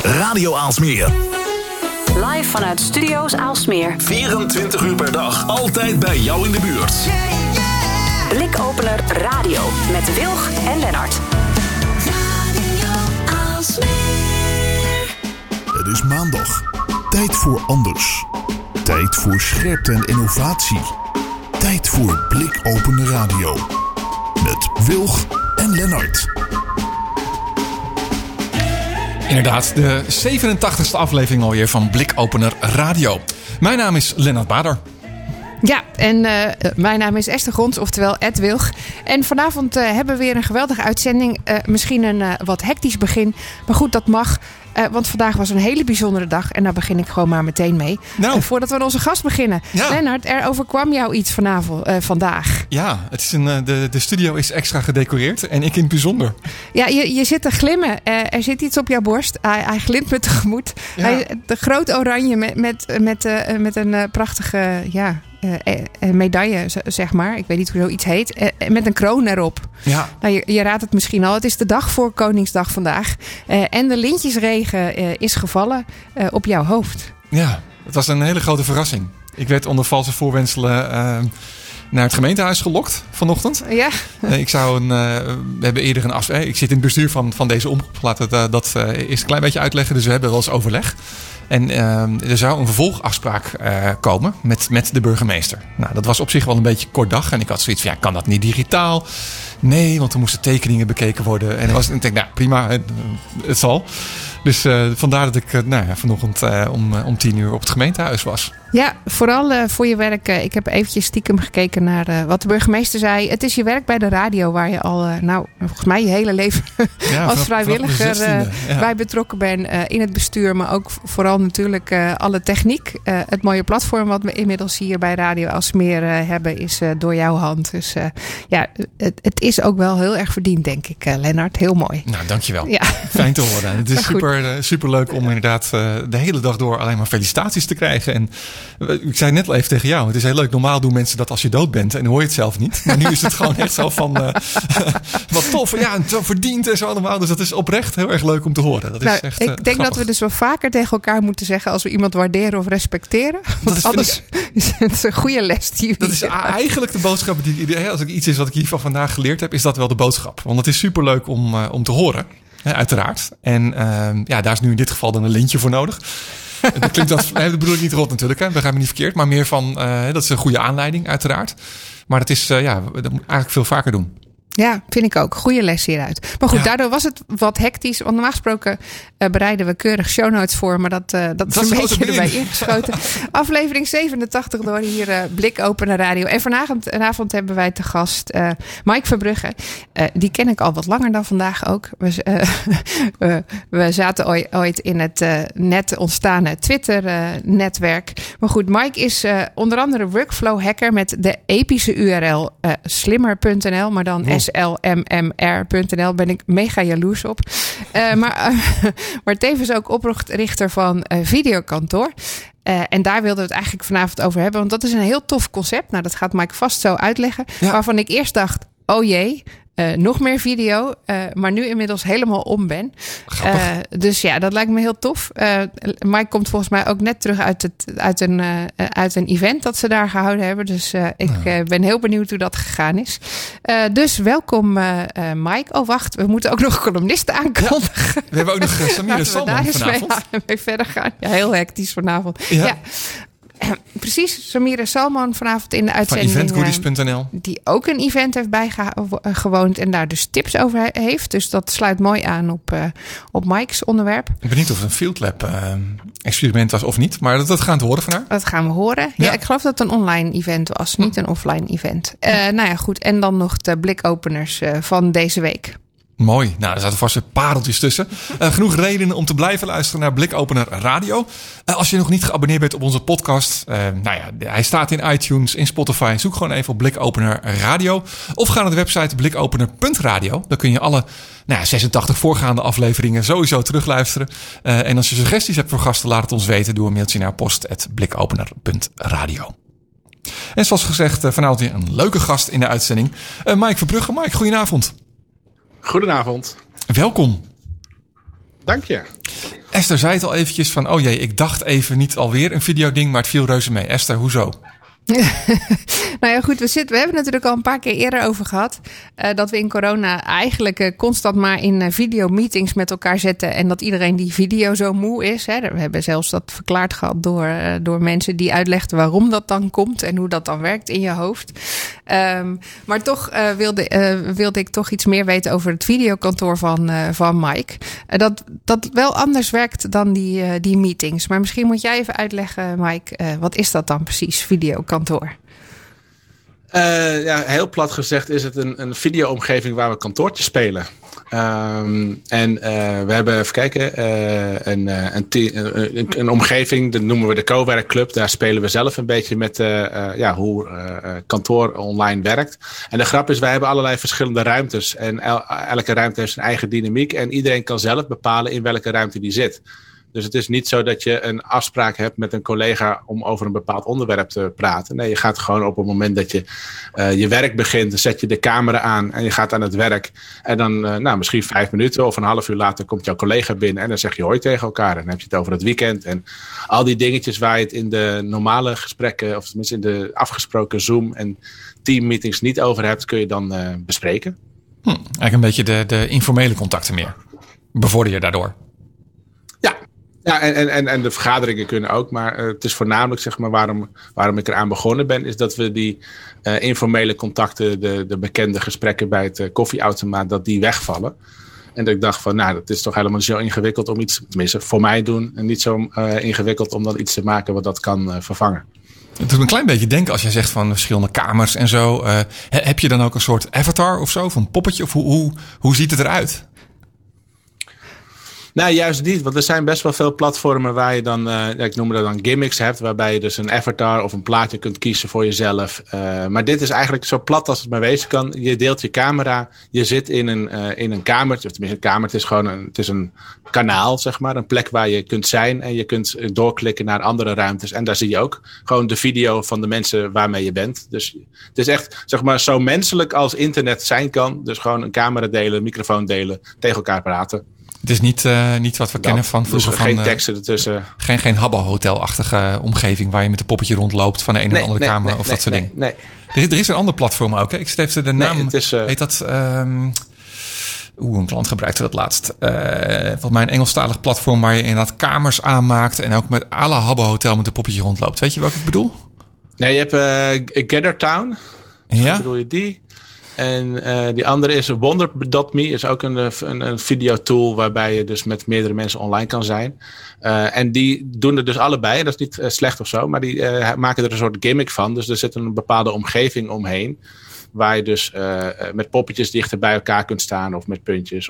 Radio Aalsmeer. Live vanuit Studio's Aalsmeer. 24 uur per dag. Altijd bij jou in de buurt. Blikopener Radio. Met Wilg en Lennart. Radio Aalsmeer. Het is maandag. Tijd voor anders. Tijd voor scherpte en innovatie. Tijd voor Blikopener Radio. Met Wilg en Lennart. Inderdaad, de 87e aflevering alweer van Blikopener Radio. Mijn naam is Lennart Bader. Ja, en mijn naam is Esther Gons, oftewel Ed Wilg. En vanavond hebben we weer een geweldige uitzending. Misschien een wat hectisch begin, maar goed, dat mag. Want vandaag was een hele bijzondere dag. En daar begin ik gewoon maar meteen mee. Nou. Voordat we aan onze gast beginnen. Ja. Lennart, er overkwam jou iets vandaag. Ja, het is de studio is extra gedecoreerd. En ik in het bijzonder. Ja, je zit te glimmen. Er zit iets op jouw borst. Hij glimt me tegemoet. Ja. De groot oranje met een prachtige medaille, zeg maar. Ik weet niet hoe zoiets heet. Met een kroon erop. Ja. Nou, je raadt het misschien al. Het is de dag voor Koningsdag vandaag. En de lintjesregen is gevallen op jouw hoofd. Ja, het was een hele grote verrassing. Ik werd onder valse voorwendselen naar het gemeentehuis gelokt vanochtend. Ja. We hebben eerder een afspraak. Ik zit in het bestuur van deze omroep. Laten we dat eerst een klein beetje uitleggen. Dus we hebben wel eens overleg. En er zou een vervolgafspraak komen met de burgemeester. Nou, dat was op zich wel een beetje kort dag. En ik had zoiets van, kan dat niet digitaal? Nee, want er moesten tekeningen bekeken worden. En ik denk, prima, het zal. Dus vandaar dat ik vanochtend om 10:00 op het gemeentehuis was. Ja, vooral voor je werk. Ik heb eventjes stiekem gekeken naar wat de burgemeester zei. Het is je werk bij de radio waar je al, volgens mij je hele leven als vrijwilliger bij betrokken bent. In het bestuur, maar ook vooral natuurlijk alle techniek. Het mooie platform wat we inmiddels hier bij Radio Aalsmeer hebben is door jouw hand. Dus het is ook wel heel erg verdiend, denk ik, Lennart. Heel mooi. Nou, dankjewel. Ja. Fijn te horen. Het is super leuk om inderdaad de hele dag door alleen maar felicitaties te krijgen. En ik zei net al even tegen jou, het is heel leuk. Normaal doen mensen dat als je dood bent en hoor je het zelf niet. Maar nu is het gewoon echt zo van wat tof. Ja, en zo verdiend en zo allemaal. Dus dat is oprecht heel erg leuk om te horen. Dat is echt, ik denk grappig. Dat we dus wel vaker tegen elkaar moeten zeggen als we iemand waarderen of respecteren. Want anders is het een goede les. Dat is eigenlijk de boodschap. Als ik iets is wat ik hiervan vandaag geleerd heb, is dat wel de boodschap. Want het is super leuk om te horen. Ja, uiteraard. En daar is nu in dit geval dan een lintje voor nodig. Dat klinkt dat bedoel ik niet rot natuurlijk. Hè? Begrijp me niet verkeerd. Maar meer van, dat is een goede aanleiding uiteraard. Maar dat is, dat moet eigenlijk veel vaker doen. Ja, vind ik ook. Goede les hieruit. Maar goed, daardoor was het wat hectisch. Want normaal gesproken bereiden we keurig show notes voor. Maar dat is een beetje erbij ingeschoten. Aflevering 87 door hier Blikopener Radio. En vanavond hebben wij te gast Mike Verbrugge. Die ken ik al wat langer dan vandaag ook. We zaten ooit in het net ontstane Twitter-netwerk. Maar goed, Mike is onder andere workflow hacker met de epische URL slimmer.nl. Maar dan slmmr.nl ben ik mega jaloers op. Maar tevens ook oprichter van Videokantoor. En daar wilden we het eigenlijk vanavond over hebben. Want dat is een heel tof concept. Nou, dat gaat Mike vast zo uitleggen. Ja. Waarvan ik eerst dacht, oh jee, nog meer video. Maar nu inmiddels helemaal om ben. Dus ja, dat lijkt me heel tof. Mike komt volgens mij ook net terug uit een event dat ze daar gehouden hebben. Dus ik ben heel benieuwd hoe dat gegaan is. Dus welkom Mike. Oh wacht, we moeten ook nog columnisten aankondigen. Ja, we hebben ook nog Samira Salman vanavond. Mee verder gaan. Ja, heel hectisch vanavond. Ja. Precies, Samira Salman vanavond in de uitzending. Van eventgoodies.nl. Die ook een event heeft bijgewoond en daar dus tips over heeft. Dus dat sluit mooi aan op Mike's onderwerp. Ik ben benieuwd of het een Field Lab experiment was of niet. Maar dat gaan we horen van haar. Dat gaan we horen. Ja, ik geloof dat het een online event was, niet een offline event. Goed. En dan nog de blikopeners van deze week. Mooi. Nou, er zaten vast weer pareltjes tussen. Genoeg redenen om te blijven luisteren naar Blikopener Radio. Als je nog niet geabonneerd bent op onze podcast. Hij staat in iTunes, in Spotify. Zoek gewoon even op Blikopener Radio. Of ga naar de website blikopener.radio. Dan kun je alle 86 voorgaande afleveringen sowieso terugluisteren. En als je suggesties hebt voor gasten, laat het ons weten. Doe een mailtje naar post@blikopener.radio. En zoals gezegd, vanavond weer een leuke gast in de uitzending. Mike Verbrugge. Mike, goedenavond. Goedenavond. Welkom. Dank je. Esther zei het al eventjes van... oh jee, ik dacht even niet alweer een videoding... maar het viel reuze mee. Esther, hoezo? Nou ja, goed, we hebben het natuurlijk al een paar keer eerder over gehad. Dat we in corona eigenlijk constant maar in videomeetings met elkaar zitten. En dat iedereen die video zo moe is. Hè. We hebben zelfs dat verklaard gehad door mensen die uitlegden waarom dat dan komt. En hoe dat dan werkt in je hoofd. Maar toch wilde ik toch iets meer weten over het videokantoor van Mike. Dat wel anders werkt dan die meetings. Maar misschien moet jij even uitleggen, Mike. Wat is dat dan precies, videokantoor? Heel plat gezegd is het een video-omgeving waar we kantoortjes spelen. We hebben, even kijken, een omgeving, dat noemen we de Cowork-club. Daar spelen we zelf een beetje met hoe kantoor online werkt. En de grap is, wij hebben allerlei verschillende ruimtes. En elke ruimte heeft zijn eigen dynamiek. En iedereen kan zelf bepalen in welke ruimte die zit. Dus het is niet zo dat je een afspraak hebt met een collega om over een bepaald onderwerp te praten. Nee, je gaat gewoon op het moment dat je je werk begint, dan zet je de camera aan en je gaat aan het werk. En dan misschien 5 minuten of een half uur later komt jouw collega binnen en dan zeg je hoi tegen elkaar. En dan heb je het over het weekend en al die dingetjes waar je het in de normale gesprekken, of tenminste in de afgesproken Zoom en teammeetings niet over hebt, kun je dan bespreken. Eigenlijk een beetje de informele contacten meer. Bevorder je daardoor? Ja, en de vergaderingen kunnen ook. Maar het is voornamelijk, zeg maar, waarom ik eraan begonnen ben, is dat we die informele contacten, de bekende gesprekken bij het koffieautomaat, dat die wegvallen. En dat ik dacht van, dat is toch helemaal niet zo ingewikkeld om iets, tenminste voor mij doen, en niet zo ingewikkeld om dan iets te maken wat dat kan vervangen. Het doet me een klein beetje denken als jij zegt van verschillende kamers en zo. Heb je dan ook een soort avatar of zo, of een poppetje? Of hoe ziet het eruit? Nou, juist niet. Want er zijn best wel veel platformen waar je dan, ik noem dat dan gimmicks hebt. Waarbij je dus een avatar of een plaatje kunt kiezen voor jezelf. Maar dit is eigenlijk zo plat als het maar wezen kan. Je deelt je camera. Je zit in een kamertje. Of tenminste, een kamer. Het is een kanaal, zeg maar. Een plek waar je kunt zijn. En je kunt doorklikken naar andere ruimtes. En daar zie je ook gewoon de video van de mensen waarmee je bent. Dus het is echt, zeg maar, zo menselijk als internet zijn kan. Dus gewoon een camera delen, een microfoon delen, tegen elkaar praten. Het is niet wat we kennen van vroeger. Dus geen teksten ertussen. Geen Habbo-hotel-achtige omgeving waar je met een poppetje rondloopt van de een naar de andere kamer of dat soort dingen. Nee. Er is een ander platform ook. Hè? Ik zit even de naam. Heet dat? Een klant gebruikte dat laatst. Volgens mij een Engelstalig platform waar je inderdaad kamers aanmaakt en ook met à la Habbo-hotel met een poppetje rondloopt. Weet je welke ik bedoel? Nee, je hebt GatherTown. Ja. Bedoel je die? En die andere is Wonder.me, is ook een videotool waarbij je dus met meerdere mensen online kan zijn. En die doen er dus allebei, dat is niet slecht of zo, maar die maken er een soort gimmick van. Dus er zit een bepaalde omgeving omheen, waar je dus met poppetjes dichter bij elkaar kunt staan of met puntjes.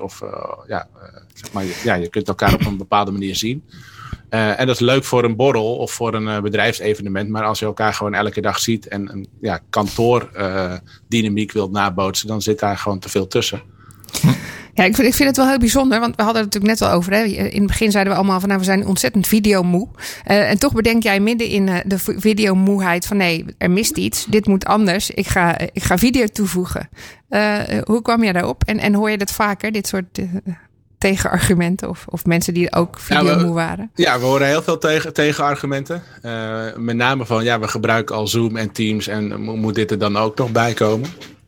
Je kunt elkaar op een bepaalde manier zien. En dat is leuk voor een borrel of voor een bedrijfsevenement. Maar als je elkaar gewoon elke dag ziet en een kantoordynamiek wilt nabootsen, dan zit daar gewoon te veel tussen. Ja, ik vind het wel heel bijzonder, want we hadden het natuurlijk net al over. Hè? In het begin zeiden we allemaal van, we zijn ontzettend videomoe. En toch bedenk jij midden in de videomoeheid van, nee, er mist iets. Dit moet anders. Ik ga video toevoegen. Hoe kwam jij daarop? En hoor je dat vaker, dit soort tegenargumenten of mensen die ook videomoe waren? Ja, we horen heel veel tegenargumenten. Met name van, we gebruiken al Zoom en Teams en moet dit er dan ook nog bij komen?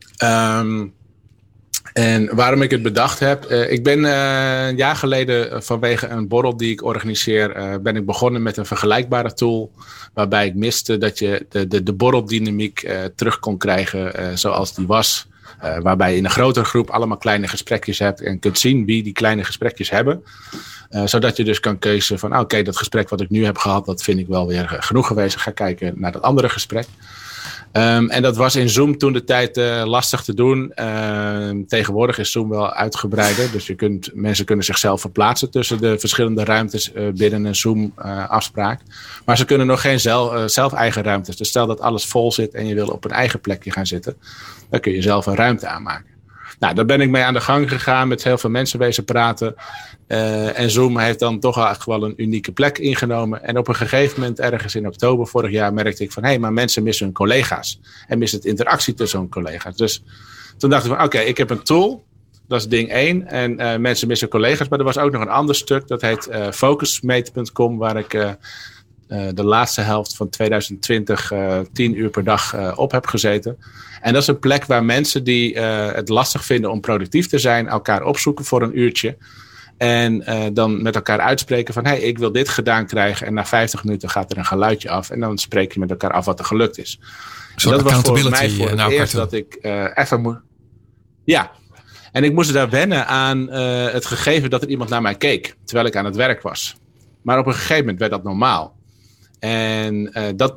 En waarom ik het bedacht heb, ik ben een jaar geleden vanwege een borrel die ik organiseer, ben ik begonnen met een vergelijkbare tool, waarbij ik miste dat je de borreldynamiek terug kon krijgen zoals die was. Waarbij je in een grotere groep allemaal kleine gesprekjes hebt en kunt zien wie die kleine gesprekjes hebben. Zodat je dus kan kiezen van oké, dat gesprek wat ik nu heb gehad, dat vind ik wel weer genoeg geweest. Ik ga kijken naar dat andere gesprek. En dat was in Zoom toen de tijd lastig te doen. Tegenwoordig is Zoom wel uitgebreider. Dus mensen kunnen zichzelf verplaatsen tussen de verschillende ruimtes binnen een Zoom afspraak. Maar ze kunnen nog geen zelf eigen ruimtes. Dus stel dat alles vol zit en je wil op een eigen plekje gaan zitten. Dan kun je zelf een ruimte aanmaken. Nou, daar ben ik mee aan de gang gegaan, met heel veel mensen wezen praten. En Zoom heeft dan toch echt wel een unieke plek ingenomen. En op een gegeven moment, ergens in oktober vorig jaar, merkte ik van, maar mensen missen hun collega's. En missen het interactie tussen hun collega's. Dus toen dacht ik van, oké, ik heb een tool Dat is ding 1. En mensen missen collega's. Maar er was ook nog een ander stuk. Dat heet focusmate.com. Waar ik de laatste helft van 2020 10 uur per dag op heb gezeten. En dat is een plek waar mensen die het lastig vinden om productief te zijn, elkaar opzoeken voor een uurtje. En dan met elkaar uitspreken van, hey, ik wil dit gedaan krijgen. En na 50 minuten gaat er een geluidje af. En dan spreek je met elkaar af wat er gelukt is. En dat was voor mij voor het eerst dat ik even moet... Ja, en ik moest daar wennen aan het gegeven dat er iemand naar mij keek. Terwijl ik aan het werk was. Maar op een gegeven moment werd dat normaal. En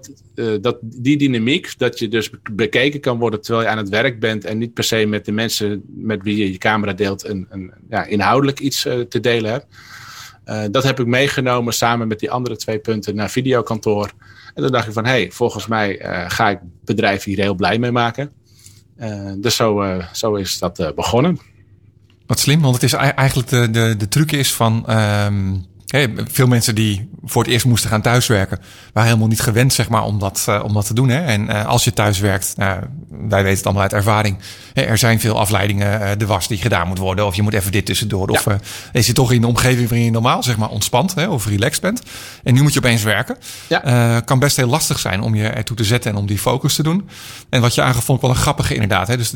die dynamiek, dat je dus bekeken kan worden terwijl je aan het werk bent en niet per se met de mensen met wie je je camera deelt inhoudelijk iets te delen hebt. Dat heb ik meegenomen samen met die andere 2 punten naar videokantoor. En dan dacht ik van, hey, volgens mij ga ik het bedrijf hier heel blij mee maken. Dus zo is dat begonnen. Wat slim, want het is eigenlijk de truc is van... veel mensen die voor het eerst moesten gaan thuiswerken, waren helemaal niet gewend, zeg maar, om dat te doen. Hè? En als je thuis werkt, wij weten het allemaal uit ervaring. Er zijn veel afleidingen, de was die gedaan moet worden, of je moet even dit tussendoor. Ja. Of je zit toch in de omgeving waarin je normaal, zeg maar, ontspant, of relaxed bent. En nu moet je opeens werken. Ja. Kan best heel lastig zijn om je ertoe te zetten en om die focus te doen. En wat je aangevond, wel een grappige inderdaad. Hè? Dus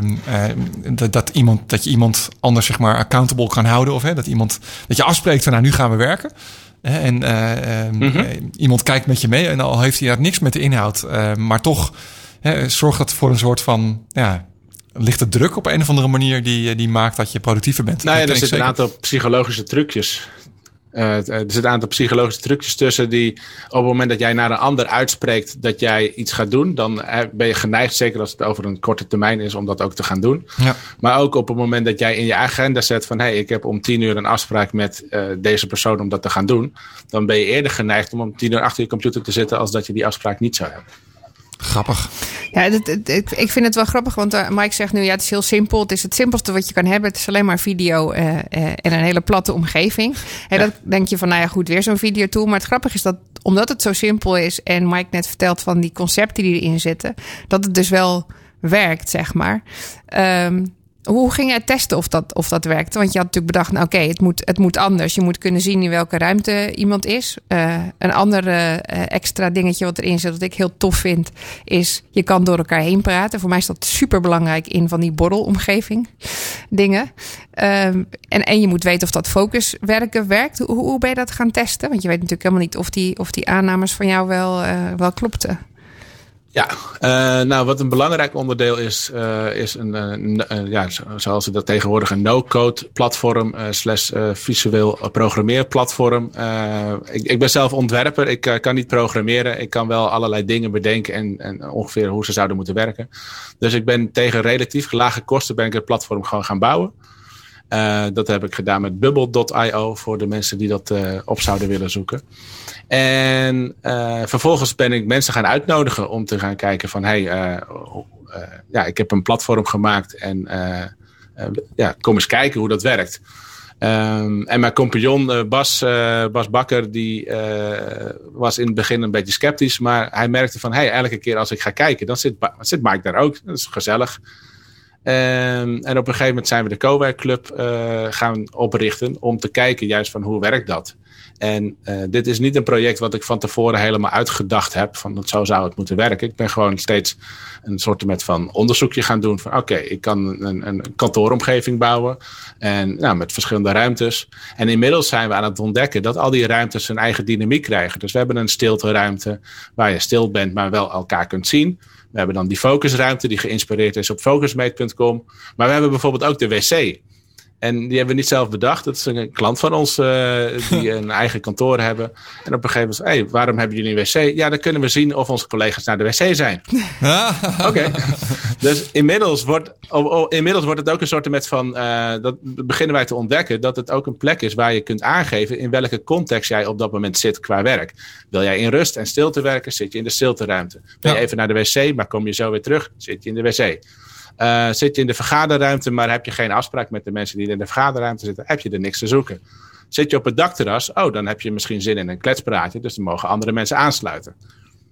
dat je iemand anders, zeg maar, accountable kan houden. Of dat je afspreekt van, nou, nu gaan we werken. En iemand kijkt met je mee en al heeft hij daar niks met de inhoud. Maar toch zorgt dat voor een soort van lichte druk op een of andere manier die maakt dat je productiever bent. Nou ja, er zitten een aantal psychologische trucjes. Er zitten een aantal psychologische trucjes tussen die op het moment dat jij naar een ander uitspreekt dat jij iets gaat doen, dan ben je geneigd, zeker als het over een korte termijn is, om dat ook te gaan doen. Ja. Maar ook op het moment dat jij in je agenda zet van, hey, ik heb om 10 uur een afspraak met deze persoon om dat te gaan doen, dan ben je eerder geneigd om 10 uur achter je computer te zitten als dat je die afspraak niet zou hebben. Grappig. Ja, ik vind het wel grappig, want Mike zegt nu, het is heel simpel. Het is het simpelste wat je kan hebben. Het is alleen maar video en een hele platte omgeving. En dan denk je van, nou ja, goed, weer zo'n videotool. Maar het grappige is dat, omdat het zo simpel is en Mike net vertelt van die concepten die erin zitten, dat het dus wel werkt, zeg maar. Hoe ging jij testen of dat werkte? Want je had natuurlijk bedacht, nou, oké, het moet anders. Je moet kunnen zien in welke ruimte iemand is. Een ander extra dingetje wat erin zit, wat ik heel tof vind, is je kan door elkaar heen praten. Voor mij is dat super belangrijk in van die borrelomgeving dingen. En je moet weten of dat focuswerken werkt. Hoe ben je dat gaan testen? Want je weet natuurlijk helemaal niet of die aannames van jou wel klopten. Ja, nou wat een belangrijk onderdeel is zoals ze dat tegenwoordig een no-code platform / visueel programmeerplatform. Ik ben zelf ontwerper, ik kan niet programmeren. Ik kan wel allerlei dingen bedenken en ongeveer hoe ze zouden moeten werken. Dus ik ben tegen relatief lage kosten ben ik het platform gewoon gaan bouwen. Dat heb ik gedaan met Bubble.io voor de mensen die dat op zouden willen zoeken. En vervolgens ben ik mensen gaan uitnodigen om te gaan kijken van, ik heb een platform gemaakt en kom eens kijken hoe dat werkt. En mijn compagnon Bas Bakker, die was in het begin een beetje sceptisch, maar hij merkte van, elke keer als ik ga kijken, dan zit Mike daar ook. Dat is gezellig. En op een gegeven moment zijn we de Cowork-club gaan oprichten om te kijken juist van hoe werkt dat. En dit is niet een project wat ik van tevoren helemaal uitgedacht heb. Van zo zou het moeten werken. Ik ben gewoon steeds een soort van onderzoekje gaan doen. Van oké, ik kan een kantooromgeving bouwen. En met verschillende ruimtes. En inmiddels zijn we aan het ontdekken dat al die ruimtes hun eigen dynamiek krijgen. Dus we hebben een stilteruimte waar je stil bent, maar wel elkaar kunt zien. We hebben dan die focusruimte die geïnspireerd is op focusmate.com. Maar we hebben bijvoorbeeld ook de wc. En die hebben we niet zelf bedacht. Dat is een klant van ons die een eigen kantoor hebben. En op een gegeven moment, waarom hebben jullie een wc? Ja, dan kunnen we zien of onze collega's naar de wc zijn. Oké. Dus inmiddels wordt het ook een soort van, dat beginnen wij te ontdekken, dat het ook een plek is waar je kunt aangeven in welke context jij op dat moment zit qua werk. Wil jij in rust en stilte werken, zit je in de stilteruimte. Wil je even naar de wc, maar kom je zo weer terug, zit je in de wc. Zit je in de vergaderruimte, maar heb je geen afspraak met de mensen die in de vergaderruimte zitten, heb je er niks te zoeken. Zit je op het dakterras, dan heb je misschien zin in een kletspraatje, dus dan mogen andere mensen aansluiten.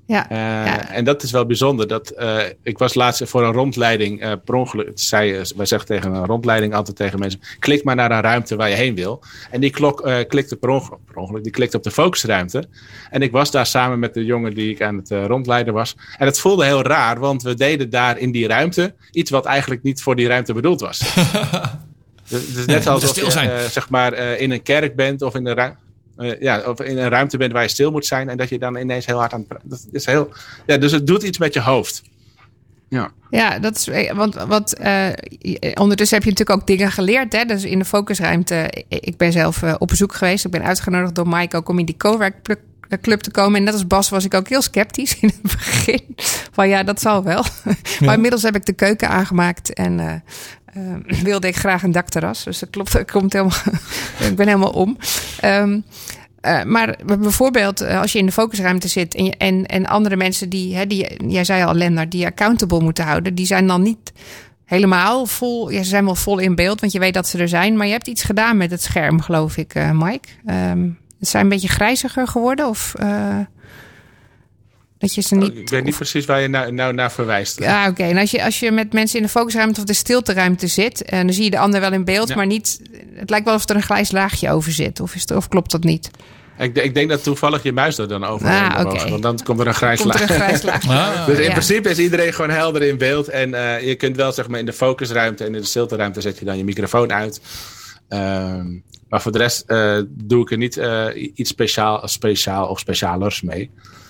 Ja, En dat is wel bijzonder. Ik was laatst voor een rondleiding per ongeluk. Wij zeggen tegen een rondleiding altijd tegen mensen: klik maar naar een ruimte waar je heen wil. En die klikte per ongeluk. Die klikte op de focusruimte. En ik was daar samen met de jongen die ik aan het rondleiden was. En het voelde heel raar, want we deden daar in die ruimte iets wat eigenlijk niet voor die ruimte bedoeld was. Dus net alsof je in een kerk bent of in een ruimte. Of in een ruimte bent waar je stil moet zijn en dat je dan ineens heel hard aan het... Dat is heel, dus het doet iets met je hoofd. Ja, dat is... Want ondertussen heb je natuurlijk ook dingen geleerd. Hè? Dus in de focusruimte... Ik ben zelf op bezoek geweest. Ik ben uitgenodigd door Mike ook om in die Cowork Club te komen. En net als Bas was ik ook heel sceptisch in het begin. Van dat zal wel. Ja. Maar inmiddels heb ik de keuken aangemaakt en... wilde ik graag een dakterras. Dus dat klopt. Ik ben helemaal om. Maar bijvoorbeeld als je in de focusruimte zit en andere mensen die jij zei al, Lennart, die accountable moeten houden, die zijn dan niet helemaal vol. Ja, ze zijn wel vol in beeld, want je weet dat ze er zijn. Maar je hebt iets gedaan met het scherm, geloof ik, Mike. Het zijn een beetje grijziger geworden of... dat je ze niet... Ik weet niet precies waar je nou naar verwijst. Ja, oké. En als je met mensen in de focusruimte of de stilteruimte zit... en dan zie je de ander wel in beeld, maar niet... Het lijkt wel of er een grijs laagje over zit. Of klopt dat niet? Ik denk dat toevallig je muis er dan over bewogen. Want dan komt er een grijs laag. Dus in principe is iedereen gewoon helder in beeld. En je kunt wel in de focusruimte en in de stilteruimte zet je dan je microfoon uit. Maar voor de rest doe ik er niet iets speciaal of specialers mee.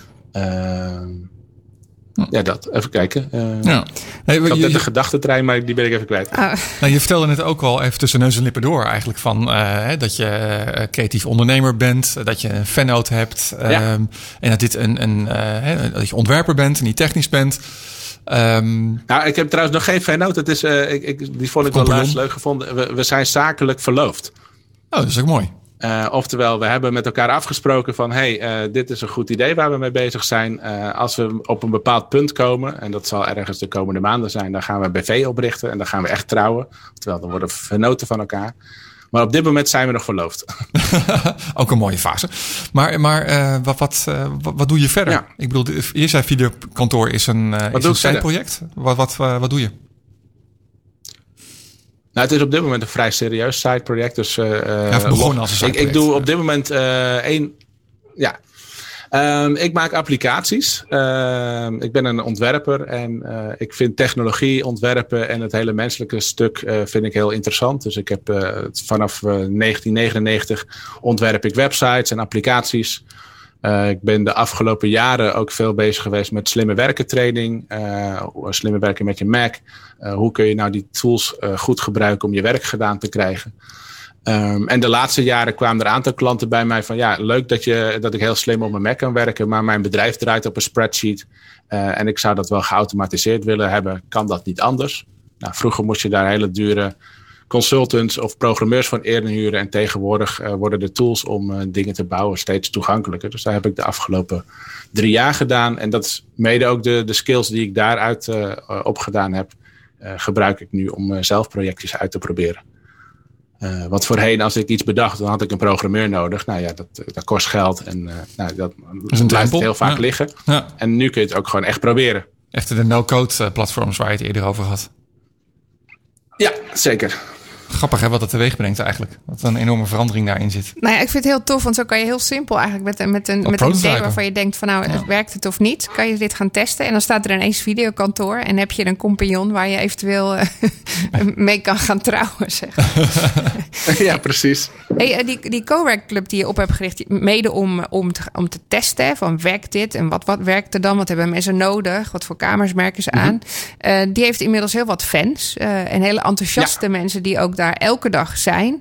Dat. Even kijken. Ik had net een gedachtentrein, maar die ben ik even kwijt. Je vertelde net ook al even tussen neus en lippen door eigenlijk van dat je creatief ondernemer bent, dat je een vennoot hebt en dat dit dat je ontwerper bent en niet technisch bent. Ik heb trouwens nog geen vennoot. Die vond ik wel laatst leuk gevonden. We zijn zakelijk verloofd. Oh, dat is ook mooi. Oftewel, we hebben met elkaar afgesproken van... dit is een goed idee waar we mee bezig zijn. Als we op een bepaald punt komen... en dat zal ergens de komende maanden zijn... dan gaan we een BV oprichten en dan gaan we echt trouwen. Oftewel, dan worden we vernoten van elkaar. Maar op dit moment zijn we nog verloofd. Ook een mooie fase. Maar wat doe je verder? Ja. Ik bedoel, je zei videokantoor is een zijproject. Wat doe je? Nou, het is op dit moment een vrij serieus side-project. Dus, begonnen als een side-project. Ik doe op dit moment ik maak applicaties. Ik ben een ontwerper en ik vind technologie, ontwerpen en het hele menselijke stuk vind ik heel interessant. Dus ik heb vanaf 1999 ontwerp ik websites en applicaties. Ik ben de afgelopen jaren ook veel bezig geweest met slimme werken training. Slimme werken met je Mac. Hoe kun je nou die tools goed gebruiken om je werk gedaan te krijgen. En de laatste jaren kwamen er een aantal klanten bij mij van... leuk dat ik heel slim op mijn Mac kan werken... maar mijn bedrijf draait op een spreadsheet... en ik zou dat wel geautomatiseerd willen hebben. Kan dat niet anders? Nou, vroeger moest je daar hele dure consultants of programmeurs van inhuren... en tegenwoordig worden de tools om dingen te bouwen steeds toegankelijker. Dus daar heb ik de afgelopen 3 jaar gedaan. En dat is mede ook de skills die ik daaruit opgedaan heb... gebruik ik nu om zelf projectjes uit te proberen. Want voorheen, als ik iets bedacht, dan had ik een programmeur nodig. Nou ja, dat kost geld en dat blijft heel vaak liggen. Ja. En nu kun je het ook gewoon echt proberen. Echt de no-code platforms waar je het eerder over had. Ja, zeker. Grappig hè, wat dat teweeg brengt eigenlijk. Wat een enorme verandering daarin zit. Nou ja, ik vind het heel tof, want zo kan je heel simpel eigenlijk met een idee waarvan je denkt van werkt het of niet, kan je dit gaan testen. En dan staat er ineens videokantoor en heb je een compagnon waar je eventueel mee kan gaan trouwen, zeg. Ja, precies. Hey, die Cowork Club die je op hebt gericht, mede om te testen van werkt dit en wat werkt er dan? Wat hebben mensen nodig? Wat voor kamers merken ze aan? Die heeft inmiddels heel wat fans en hele enthousiaste mensen die ook daar elke dag zijn.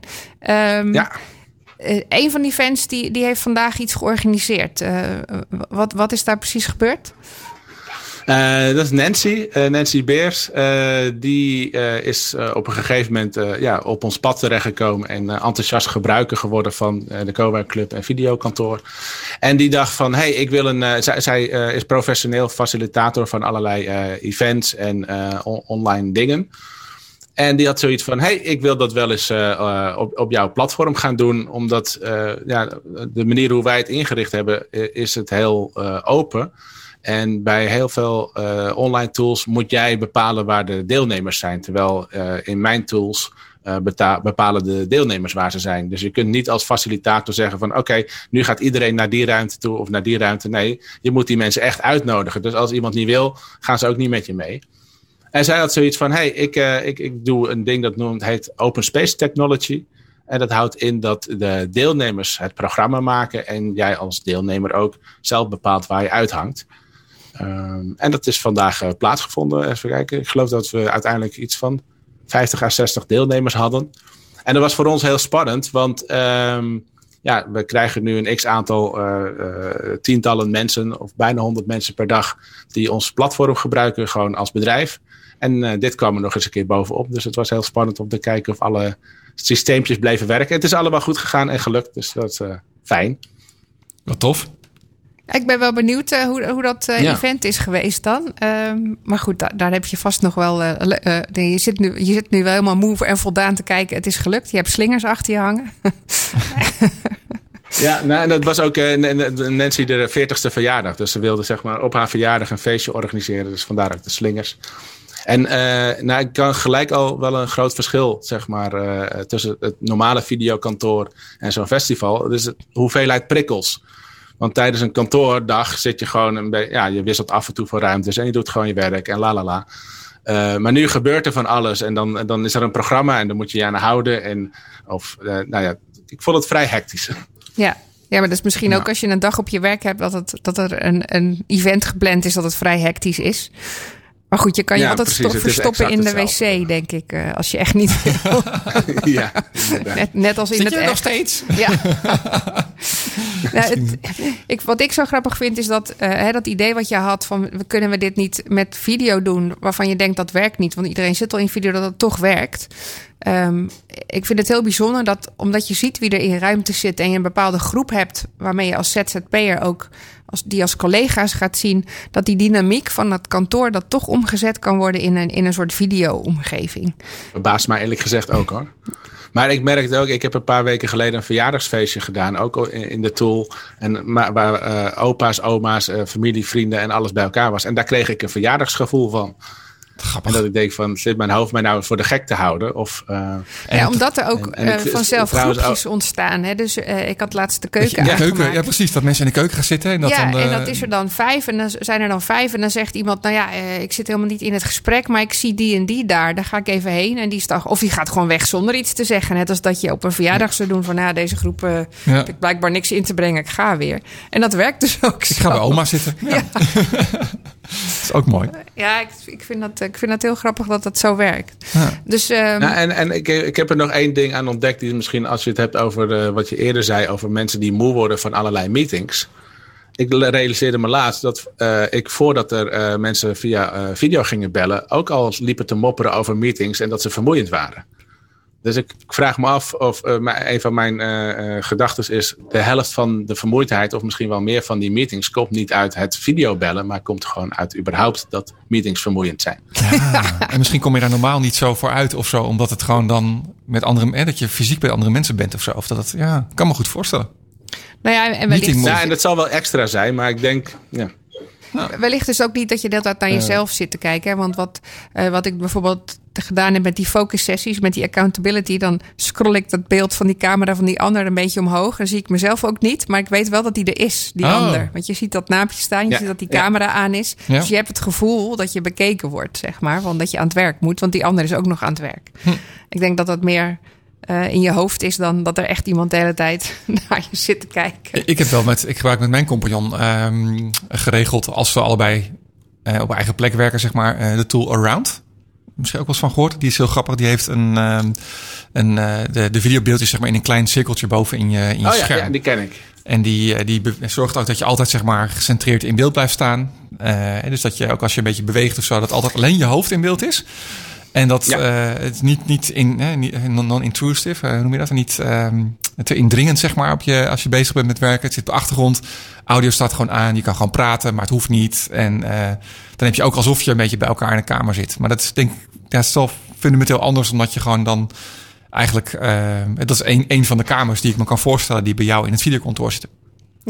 Een van die fans die heeft vandaag iets georganiseerd. Wat is daar precies gebeurd? Dat is Nancy Beers. Die is op een gegeven moment op ons pad terechtgekomen en enthousiast gebruiker geworden van de Cowork Club en videokantoor. En die dacht van, ik wil zij is professioneel facilitator van allerlei events en online dingen. En die had zoiets van, ik wil dat wel eens op jouw platform gaan doen. Omdat de manier hoe wij het ingericht hebben, is het heel open. En bij heel veel online tools moet jij bepalen waar de deelnemers zijn. Terwijl in mijn tools bepalen de deelnemers waar ze zijn. Dus je kunt niet als facilitator zeggen van oké, nu gaat iedereen naar die ruimte toe of naar die ruimte. Nee, je moet die mensen echt uitnodigen. Dus als iemand niet wil, gaan ze ook niet met je mee. En zij had zoiets van, hey, ik doe een ding dat heet Open Space Technology. En dat houdt in dat de deelnemers het programma maken en jij als deelnemer ook zelf bepaalt waar je uithangt. En dat is vandaag plaatsgevonden. Even kijken. Ik geloof dat we uiteindelijk iets van 50 à 60 deelnemers hadden. En dat was voor ons heel spannend, want we krijgen nu een x-aantal tientallen mensen of bijna 100 mensen per dag die ons platform gebruiken, gewoon als bedrijf. En dit kwam er nog eens een keer bovenop. Dus het was heel spannend om te kijken of alle systeempjes bleven werken. Het is allemaal goed gegaan en gelukt, dus dat is fijn. Wat tof. Ik ben wel benieuwd hoe dat event is geweest dan. Maar goed, daar heb je vast nog wel... je zit nu wel helemaal moe en voldaan te kijken. Het is gelukt. Je hebt slingers achter je hangen. Ja, en dat was ook Nancy de 40ste verjaardag. Dus ze wilde zeg maar op haar verjaardag een feestje organiseren. Dus vandaar ook de slingers. En ik kan gelijk al wel een groot verschil zeg maar tussen het normale videokantoor en zo'n festival. Dus de hoeveelheid prikkels. Want tijdens een kantoordag zit je gewoon een beetje, je wisselt af en toe van ruimtes en je doet gewoon je werk en lalala. Maar nu gebeurt er van alles en dan is er een programma en dan moet je je aan houden. Ik vond het vrij hectisch. Ja, maar dat is misschien ook als je een dag op je werk hebt dat er een event gepland is dat het vrij hectisch is. Maar goed, je kan je altijd verstoppen in de wc, denk ik. Als je echt niet wil. Ja, net als in zit het je echt. nog steeds? Ja. Wat ik zo grappig vind is dat dat idee wat je had van kunnen we dit niet met video doen, waarvan je denkt dat werkt niet, want iedereen zit al in video dat het toch werkt. Ik vind het heel bijzonder dat omdat je ziet wie er in ruimte zit en je een bepaalde groep hebt waarmee je als ZZP'er ook die als collega's gaat zien, dat die dynamiek van het kantoor dat toch omgezet kan worden in een soort video-omgeving. Verbaast mij eerlijk gezegd ook hoor. Maar ik merkte ook, ik heb een paar weken geleden een verjaardagsfeestje gedaan, ook in de tool. En waar opa's, oma's, familie, vrienden en alles bij elkaar was. En daar kreeg ik een verjaardagsgevoel van. Grappig. En dat ik denk van, zit mijn hoofd mij nou voor de gek te houden? Omdat er ook vanzelf groepjes ontstaan. Hè? Dus ik had laatst de keuken aangemaakt. Ja, precies. Dat mensen in de keuken gaan zitten. En dat is er dan 5. En dan zijn er dan 5. En dan zegt iemand, ik zit helemaal niet in het gesprek, maar ik zie die en die daar. Daar ga ik even heen. En of die gaat gewoon weg zonder iets te zeggen. Net als dat je op een verjaardag zou doen van, deze groep heb ik blijkbaar niks in te brengen. Ik ga weer. En dat werkt dus ook zo. Ik ga bij oma zitten. Ja. Dat is ook mooi. Ja, ik vind dat heel grappig dat dat zo werkt. Ja. Dus, ik heb er nog één ding aan ontdekt. Die misschien als je het hebt over wat je eerder zei. Over mensen die moe worden van allerlei meetings. Ik realiseerde me laatst dat ik voordat er mensen via video gingen bellen. Ook al liepen te mopperen over meetings. En dat ze vermoeiend waren. Dus ik vraag me af of een van mijn gedachten is, de helft van de vermoeidheid of misschien wel meer van die meetings komt niet uit het videobellen, maar komt gewoon uit überhaupt dat meetings vermoeiend zijn. Ja, en misschien kom je daar normaal niet zo voor uit of zo, omdat het gewoon dan met andere, dat je fysiek bij andere mensen bent of zo. Of dat kan me goed voorstellen. Nou ja, en wellicht... en dat zal wel extra zijn, maar ik denk, wellicht is ook niet dat je de hele tijd naar jezelf zit te kijken. Hè? Want wat ik bijvoorbeeld gedaan heb met die focus sessies, met die accountability, dan scroll ik dat beeld van die camera van die ander een beetje omhoog. Dan zie ik mezelf ook niet, maar ik weet wel dat die er is, die ander. Want je ziet dat naampje staan, je ziet dat die camera aan is. Ja. Dus je hebt het gevoel dat je bekeken wordt, zeg maar. Want dat je aan het werk moet, want die ander is ook nog aan het werk. Ik denk dat dat meer in je hoofd is dan dat er echt iemand de hele tijd naar je zit te kijken. Ik gebruik met mijn compagnon geregeld, als we allebei op eigen plek werken, zeg maar, de tool Around. Misschien ook wel eens van gehoord. Die is heel grappig. Die heeft de videobeeldjes zeg maar in een klein cirkeltje boven in je scherm. Ja, die ken ik. En die zorgt ook dat je altijd zeg maar gecentreerd in beeld blijft staan. Dus dat je ook als je een beetje beweegt of zo, dat altijd alleen je hoofd in beeld is. En dat het niet non-intrusive, hoe noem je dat? Niet te indringend, zeg maar, als je bezig bent met werken. Het zit op de achtergrond. Audio staat gewoon aan. Je kan gewoon praten, maar het hoeft niet. En dan heb je ook alsof je een beetje bij elkaar in de kamer zit. Maar dat is denk ik, het is wel fundamenteel anders, omdat je gewoon dan eigenlijk, dat is een van de kamers die ik me kan voorstellen die bij jou in het videokantoor zitten. Ja,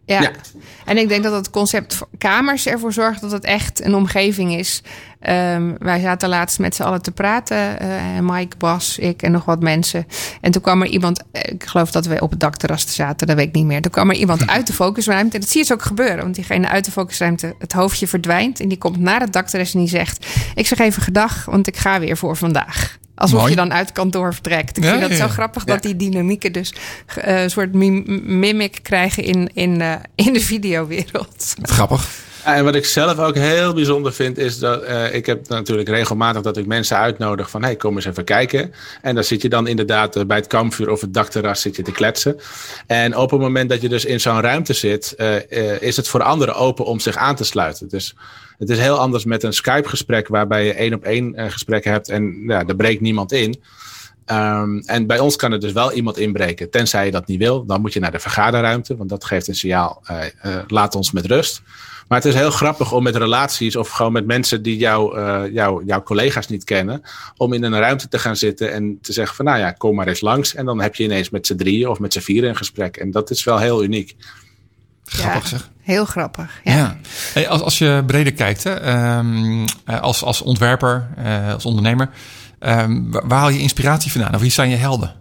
Ja. En ik denk dat het concept kamers ervoor zorgt dat het echt een omgeving is. Wij zaten laatst met z'n allen te praten. Mike, Bas, ik en nog wat mensen. En toen kwam er iemand, ik geloof dat we op het dakterras zaten, dat weet ik niet meer. Toen kwam er iemand uit de focusruimte. En dat zie je dus ook gebeuren. Want diegene uit de focusruimte, het hoofdje verdwijnt. En die komt naar het dakterras en die zegt: ik zeg even gedag, want ik ga weer voor vandaag. Alsof Mooi. je dan uit kantoor vertrekt. Ik vind dat zo grappig dat die dynamieken dus een soort mimic krijgen in de videowereld. Grappig. Ja, en wat ik zelf ook heel bijzonder vind is dat ik heb natuurlijk regelmatig dat ik mensen uitnodig van hey, kom eens even kijken. En dan zit je dan inderdaad bij het kampvuur of het dakterras zit je te kletsen. En op het moment dat je dus in zo'n ruimte zit, is het voor anderen open om zich aan te sluiten. Dus het is heel anders met een Skype-gesprek waarbij je 1-op-1 gesprekken hebt en ja, er breekt niemand in. En bij ons kan er dus wel iemand inbreken. Tenzij je dat niet wil, dan moet je naar de vergaderruimte. Want dat geeft een signaal, laat ons met rust. Maar het is heel grappig om met relaties of gewoon met mensen die jouw collega's niet kennen, om in een ruimte te gaan zitten en te zeggen van nou ja, kom maar eens langs. En dan heb je ineens met z'n drieën of met z'n vieren een gesprek. En dat is wel heel uniek. Grappig zeg. Heel grappig. Ja. Hey, als je breder kijkt, hè, als ontwerper, als ondernemer, waar haal je inspiratie vandaan? Of wie zijn je helden?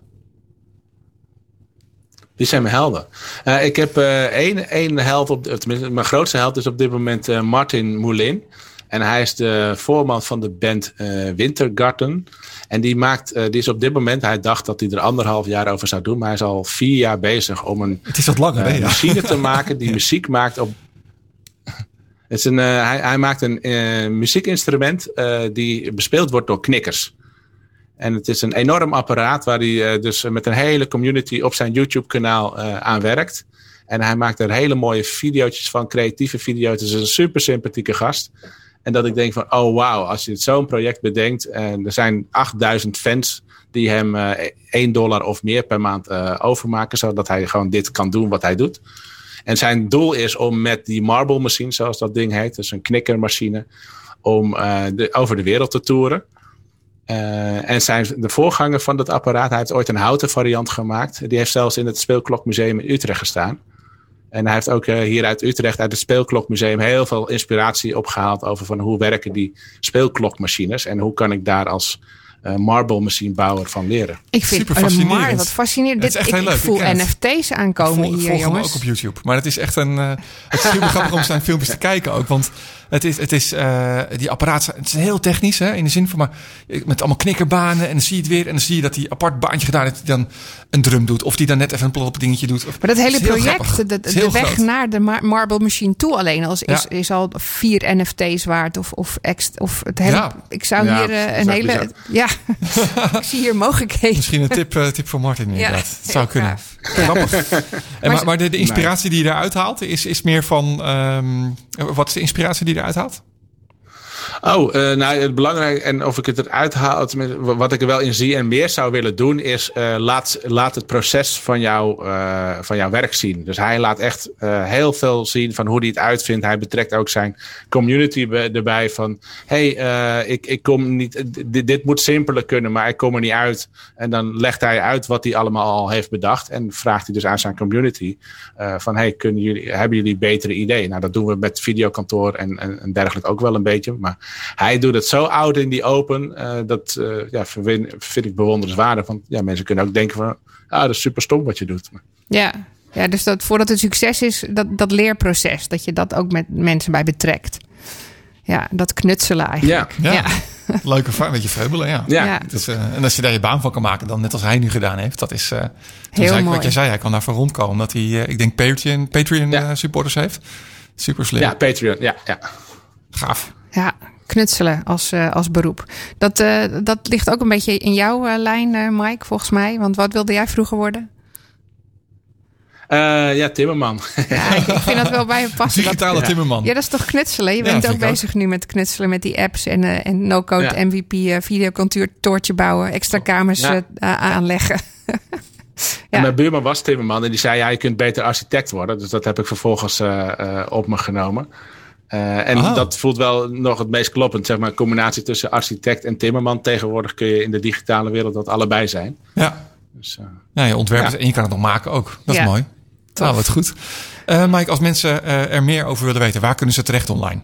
Die zijn mijn helden. Ik heb één held, tenminste mijn grootste held is op dit moment Martin Moulin. En hij is de voorman van de band Wintergarten. En die is op dit moment, hij dacht dat hij er 1,5 jaar over zou doen. Maar hij is al 4 jaar bezig om een Het is wat langer, hè? machine te maken die muziek maakt op... Het is hij maakt een muziekinstrument die bespeeld wordt door knikkers. En het is een enorm apparaat waar hij dus met een hele community op zijn YouTube-kanaal aan werkt. En hij maakt er hele mooie video's van, creatieve video's. Het is een super sympathieke gast. En dat ik denk van, oh wauw, als je zo'n project bedenkt. En er zijn 8000 fans die hem $1 of meer per maand overmaken. Zodat hij gewoon dit kan doen wat hij doet. En zijn doel is om met die marble machine, zoals dat ding heet. Dus een knikkermachine. Om over de wereld te toeren. En de voorganger van dat apparaat, hij heeft ooit een houten variant gemaakt. Die heeft zelfs in het Speelklokmuseum in Utrecht gestaan. En hij heeft ook hier uit Utrecht, uit het Speelklokmuseum, heel veel inspiratie opgehaald over van hoe werken die speelklokmachines. En hoe kan ik daar als marble machine bouwer van leren. Ik vind het wat fascinerend. Ik voel NFT's aankomen hier, jongens. Volg hem ook op YouTube. Maar het is echt het is super grappig om zijn filmpjes te kijken ook. Want het is die apparaat, het is heel technisch, hè, in de zin van, maar met allemaal knikkerbanen. En dan zie je het weer. En dan zie je dat hij apart baantje gedaan heeft, die dan een drum doet. Of die dan net even een plop dingetje doet. Maar dat hele project, de weg naar de marble machine toe alleen al is al 4 NFT's waard. Of het hele. Ja. Ik zou hier een hele. Bizar. Ja, ik zie hier mogelijkheden. Misschien een tip voor Martin inderdaad. Het zou kunnen. Grappig. Maar de inspiratie die je eruit haalt, is meer van... wat is de inspiratie die je eruit haalt? Het belangrijke, en of ik het eruit haal, wat ik er wel in zie en meer zou willen doen, is laat het proces van jouw werk zien. Dus hij laat echt heel veel zien van hoe hij het uitvindt. Hij betrekt ook zijn community erbij van, ik kom niet, dit moet simpeler kunnen, maar ik kom er niet uit. En dan legt hij uit wat hij allemaal al heeft bedacht en vraagt hij dus aan zijn community van, hebben jullie betere ideeën? Nou, dat doen we met videokantoor en dergelijke ook wel een beetje, maar hij doet het zo oud in die open. Dat vind ik bewonderenswaardig. Want mensen kunnen ook denken van, dat is super stom wat je doet. Ja, dus voordat het succes is, dat leerproces. Dat je dat ook met mensen bij betrekt. Ja, dat knutselen eigenlijk. Ja. Leuke een beetje vreubelen, ja. Dus, en als je daar je baan van kan maken, dan net als hij nu gedaan heeft. Dat is heel mooi. Wat jij zei, hij kan daarvan rondkomen. Dat hij, ik denk, Patreon supporters heeft. Super slim. Ja, Patreon, ja. Gaaf. Ja, knutselen als beroep. Dat ligt ook een beetje in jouw lijn, Mike, volgens mij. Want wat wilde jij vroeger worden? Timmerman. Ja, ik vind dat wel bij je passen. Digitale timmerman. Ja, dat is toch knutselen? Je bent ook bezig nu met knutselen met die apps en no-code MVP, videokantoortje bouwen, extra kamers aanleggen. En mijn buurman was timmerman en die zei, je kunt beter architect worden. Dus dat heb ik vervolgens op me genomen. Dat voelt wel nog het meest kloppend, zeg maar, een combinatie tussen architect en timmerman. Tegenwoordig kun je in de digitale wereld dat allebei zijn. Ja. Dus, je ontwerpt en je kan het nog maken ook. Dat is mooi. Nou, wat goed. Mike, als mensen er meer over willen weten, waar kunnen ze terecht online?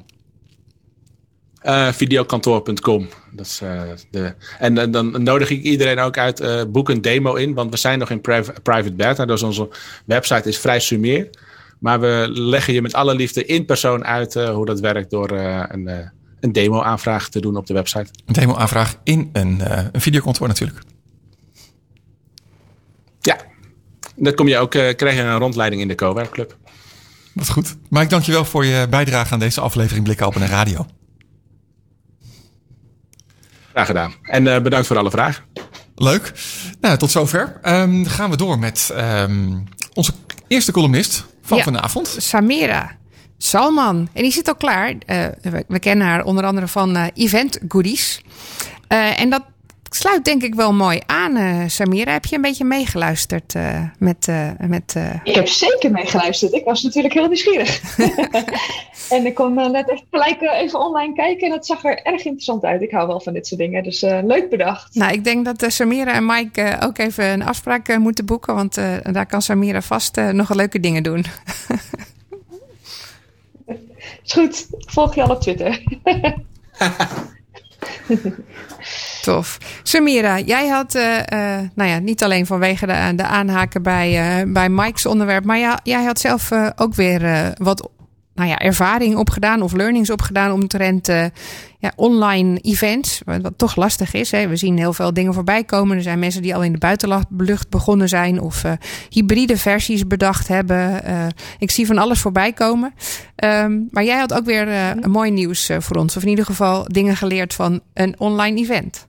Videokantoor.com. Dat is, en dan nodig ik iedereen ook uit. Boek een demo in, want we zijn nog in private beta. Dus onze website is vrij sumier. Maar we leggen je met alle liefde in persoon uit hoe dat werkt door een demo-aanvraag te doen op de website. Een demo-aanvraag in een videokantoor natuurlijk. Ja, dan krijg je een rondleiding in de Co-werkclub. Wat goed. Mike, dankjewel voor je bijdrage aan deze aflevering Blik Open Radio. Graag gedaan. En bedankt voor alle vragen. Leuk. Nou, tot zover. Gaan we door met onze eerste columnist van vanavond. Samira Salman. En die zit al klaar. We kennen haar onder andere van Event Goodies. En dat sluit denk ik wel mooi aan, Samira. Heb je een beetje meegeluisterd met... Ik heb zeker meegeluisterd. Ik was natuurlijk heel nieuwsgierig. En ik kon net echt gelijk even online kijken. En het zag er erg interessant uit. Ik hou wel van dit soort dingen. Dus leuk bedacht. Nou, ik denk dat Samira en Mike ook even een afspraak moeten boeken. Want daar kan Samira vast nog leuke dingen doen. Is goed. Ik volg je al op Twitter. Tof. Samira, jij had niet alleen vanwege de aanhaken bij Mike's onderwerp, maar jij had zelf ook weer wat ervaring opgedaan of learnings opgedaan omtrent online events, wat toch lastig is. Hè? We zien heel veel dingen voorbij komen. Er zijn mensen die al in de buitenlucht begonnen zijn of hybride versies bedacht hebben. Ik zie van alles voorbij komen. Maar jij had ook weer een mooi nieuws voor ons. Of in ieder geval dingen geleerd van een online event.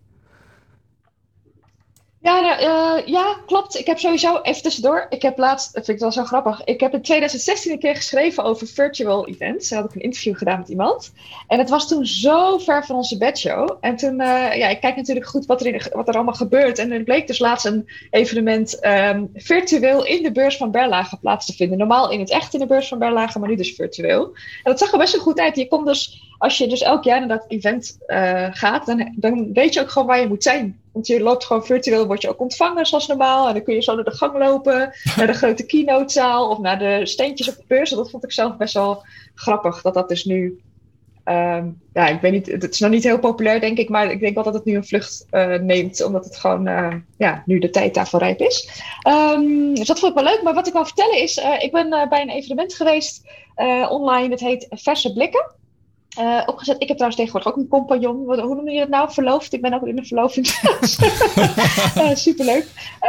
Ja, klopt. Ik heb sowieso, even tussendoor, ik heb laatst, dat vind ik wel zo grappig, ik heb in 2016 een keer geschreven over virtual events. Daar had ik een interview gedaan met iemand. En het was toen zo ver van onze bedshow. En toen, ik kijk natuurlijk goed wat er allemaal gebeurt. En er bleek dus laatst een evenement virtueel in de beurs van Berlage plaats te vinden. Normaal in het echt in de beurs van Berlage, maar nu dus virtueel. En dat zag er best wel goed uit. Je komt dus, als je dus elk jaar naar dat event gaat, dan weet je ook gewoon waar je moet zijn. Want je loopt gewoon virtueel, word je ook ontvangen zoals normaal. En dan kun je zo naar de gang lopen, naar de grote keynotezaal of naar de steentjes op de beurs. En dat vond ik zelf best wel grappig, dat dus nu... ik weet niet, het is nog niet heel populair denk ik, maar ik denk wel dat het nu een vlucht neemt. Omdat het gewoon, nu de tijd daarvoor rijp is. Dus dat vond ik wel leuk. Maar wat ik wil vertellen is, ik ben bij een evenement geweest online. Het heet Verse Blikken. Opgezet. Ik heb trouwens tegenwoordig ook een compagnon. Hoe noem je dat nou? Verloofd. Ik ben ook in de verlovingsfase. Superleuk.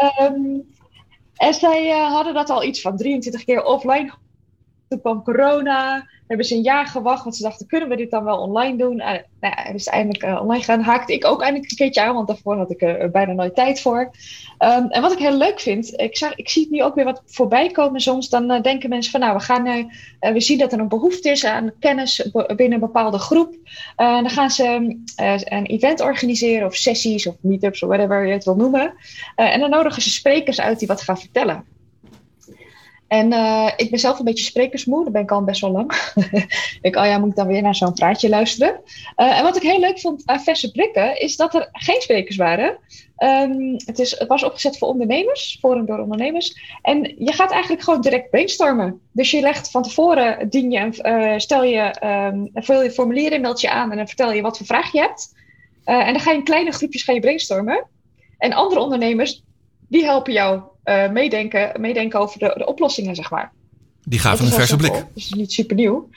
En zij hadden dat al iets van 23 keer offline. Toen kwam corona. Hebben ze een jaar gewacht. Want ze dachten, kunnen we dit dan wel online doen? Hebben ze eindelijk online gaan. Haakte ik ook eindelijk een keertje aan. Want daarvoor had ik er bijna nooit tijd voor. En wat ik heel leuk vind. Ik zie het nu ook weer wat voorbij komen soms. Dan denken mensen van we zien dat er een behoefte is aan kennis binnen een bepaalde groep. Dan gaan ze een event organiseren. Of sessies of meetups of whatever je het wil noemen. En dan nodigen ze sprekers uit die wat gaan vertellen. En ik ben zelf een beetje sprekersmoe. Dat ben ik al best wel lang. Ik denk, moet ik dan weer naar zo'n praatje luisteren. En wat ik heel leuk vond aan Verse Blikken is dat er geen sprekers waren. Het was opgezet voor ondernemers, Forum door ondernemers. En je gaat eigenlijk gewoon direct brainstormen. Dus je legt van tevoren, vul je formulier in, meld je aan en dan vertel je wat voor vraag je hebt. En dan ga je in kleine groepjes brainstormen. En andere ondernemers, die helpen jou meedenken over de oplossingen, zeg maar. Die gaven een verse blik. Dus het is niet super nieuw.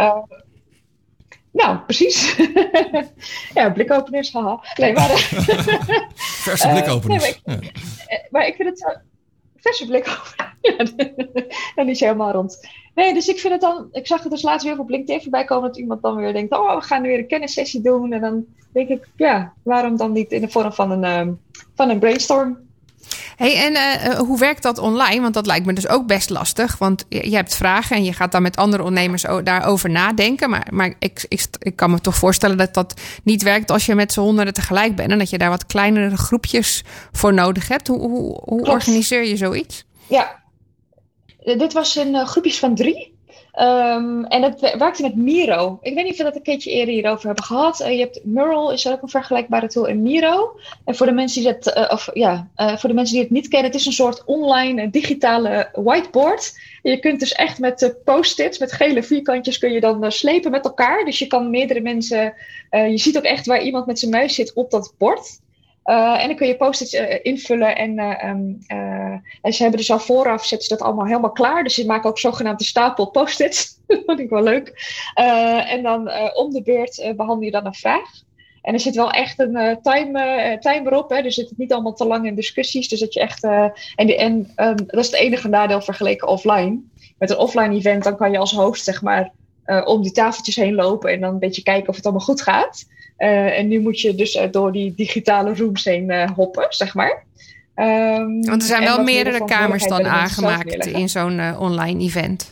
Precies. Ja, blikopeners, haha. Nee, maar... verse blikopeners. Maar ik vind het zo... Verse blikopeners. Ja, niet helemaal rond. Nee, dus ik vind het dan... Ik zag het dus laatst weer op LinkedIn voorbij komen dat iemand dan weer denkt, we gaan weer een kennissessie doen. En dan denk ik, waarom dan niet in de vorm van een brainstorm? Hey, en hoe werkt dat online? Want dat lijkt me dus ook best lastig. Want je hebt vragen en je gaat dan met andere ondernemers daarover nadenken. Maar ik kan me toch voorstellen dat dat niet werkt als je met z'n 100 tegelijk bent. En dat je daar wat kleinere groepjes voor nodig hebt. Hoe organiseer je zoiets? Ja, dit was in groepjes van 3. En het werkte met Miro. Ik weet niet of we dat een keertje eerder hierover hebben gehad. Je hebt Mural, is er ook een vergelijkbare tool, en Miro. En voor de mensen die voor de mensen die het niet kennen, het is een soort online digitale whiteboard. En je kunt dus echt met post-its, met gele vierkantjes, kun je dan slepen met elkaar. Dus je kan meerdere mensen, je ziet ook echt waar iemand met zijn muis zit op dat bord. En dan kun je post-its invullen en ze hebben dus al vooraf zetten ze dat allemaal helemaal klaar. Dus ze maken ook zogenaamde stapel post-its. Dat vind ik wel leuk. En dan om de beurt behandel je dan een vraag. En er zit wel echt een timer op. Hè? Dus zit het niet allemaal te lang in discussies. Dus dat je echt. Dat is het enige nadeel vergeleken offline. Met een offline event dan kan je als host zeg maar om die tafeltjes heen lopen en dan een beetje kijken of het allemaal goed gaat. En nu moet je dus door die digitale rooms heen hoppen, zeg maar. Want er zijn wel meerdere kamers dan aangemaakt in zo'n online event.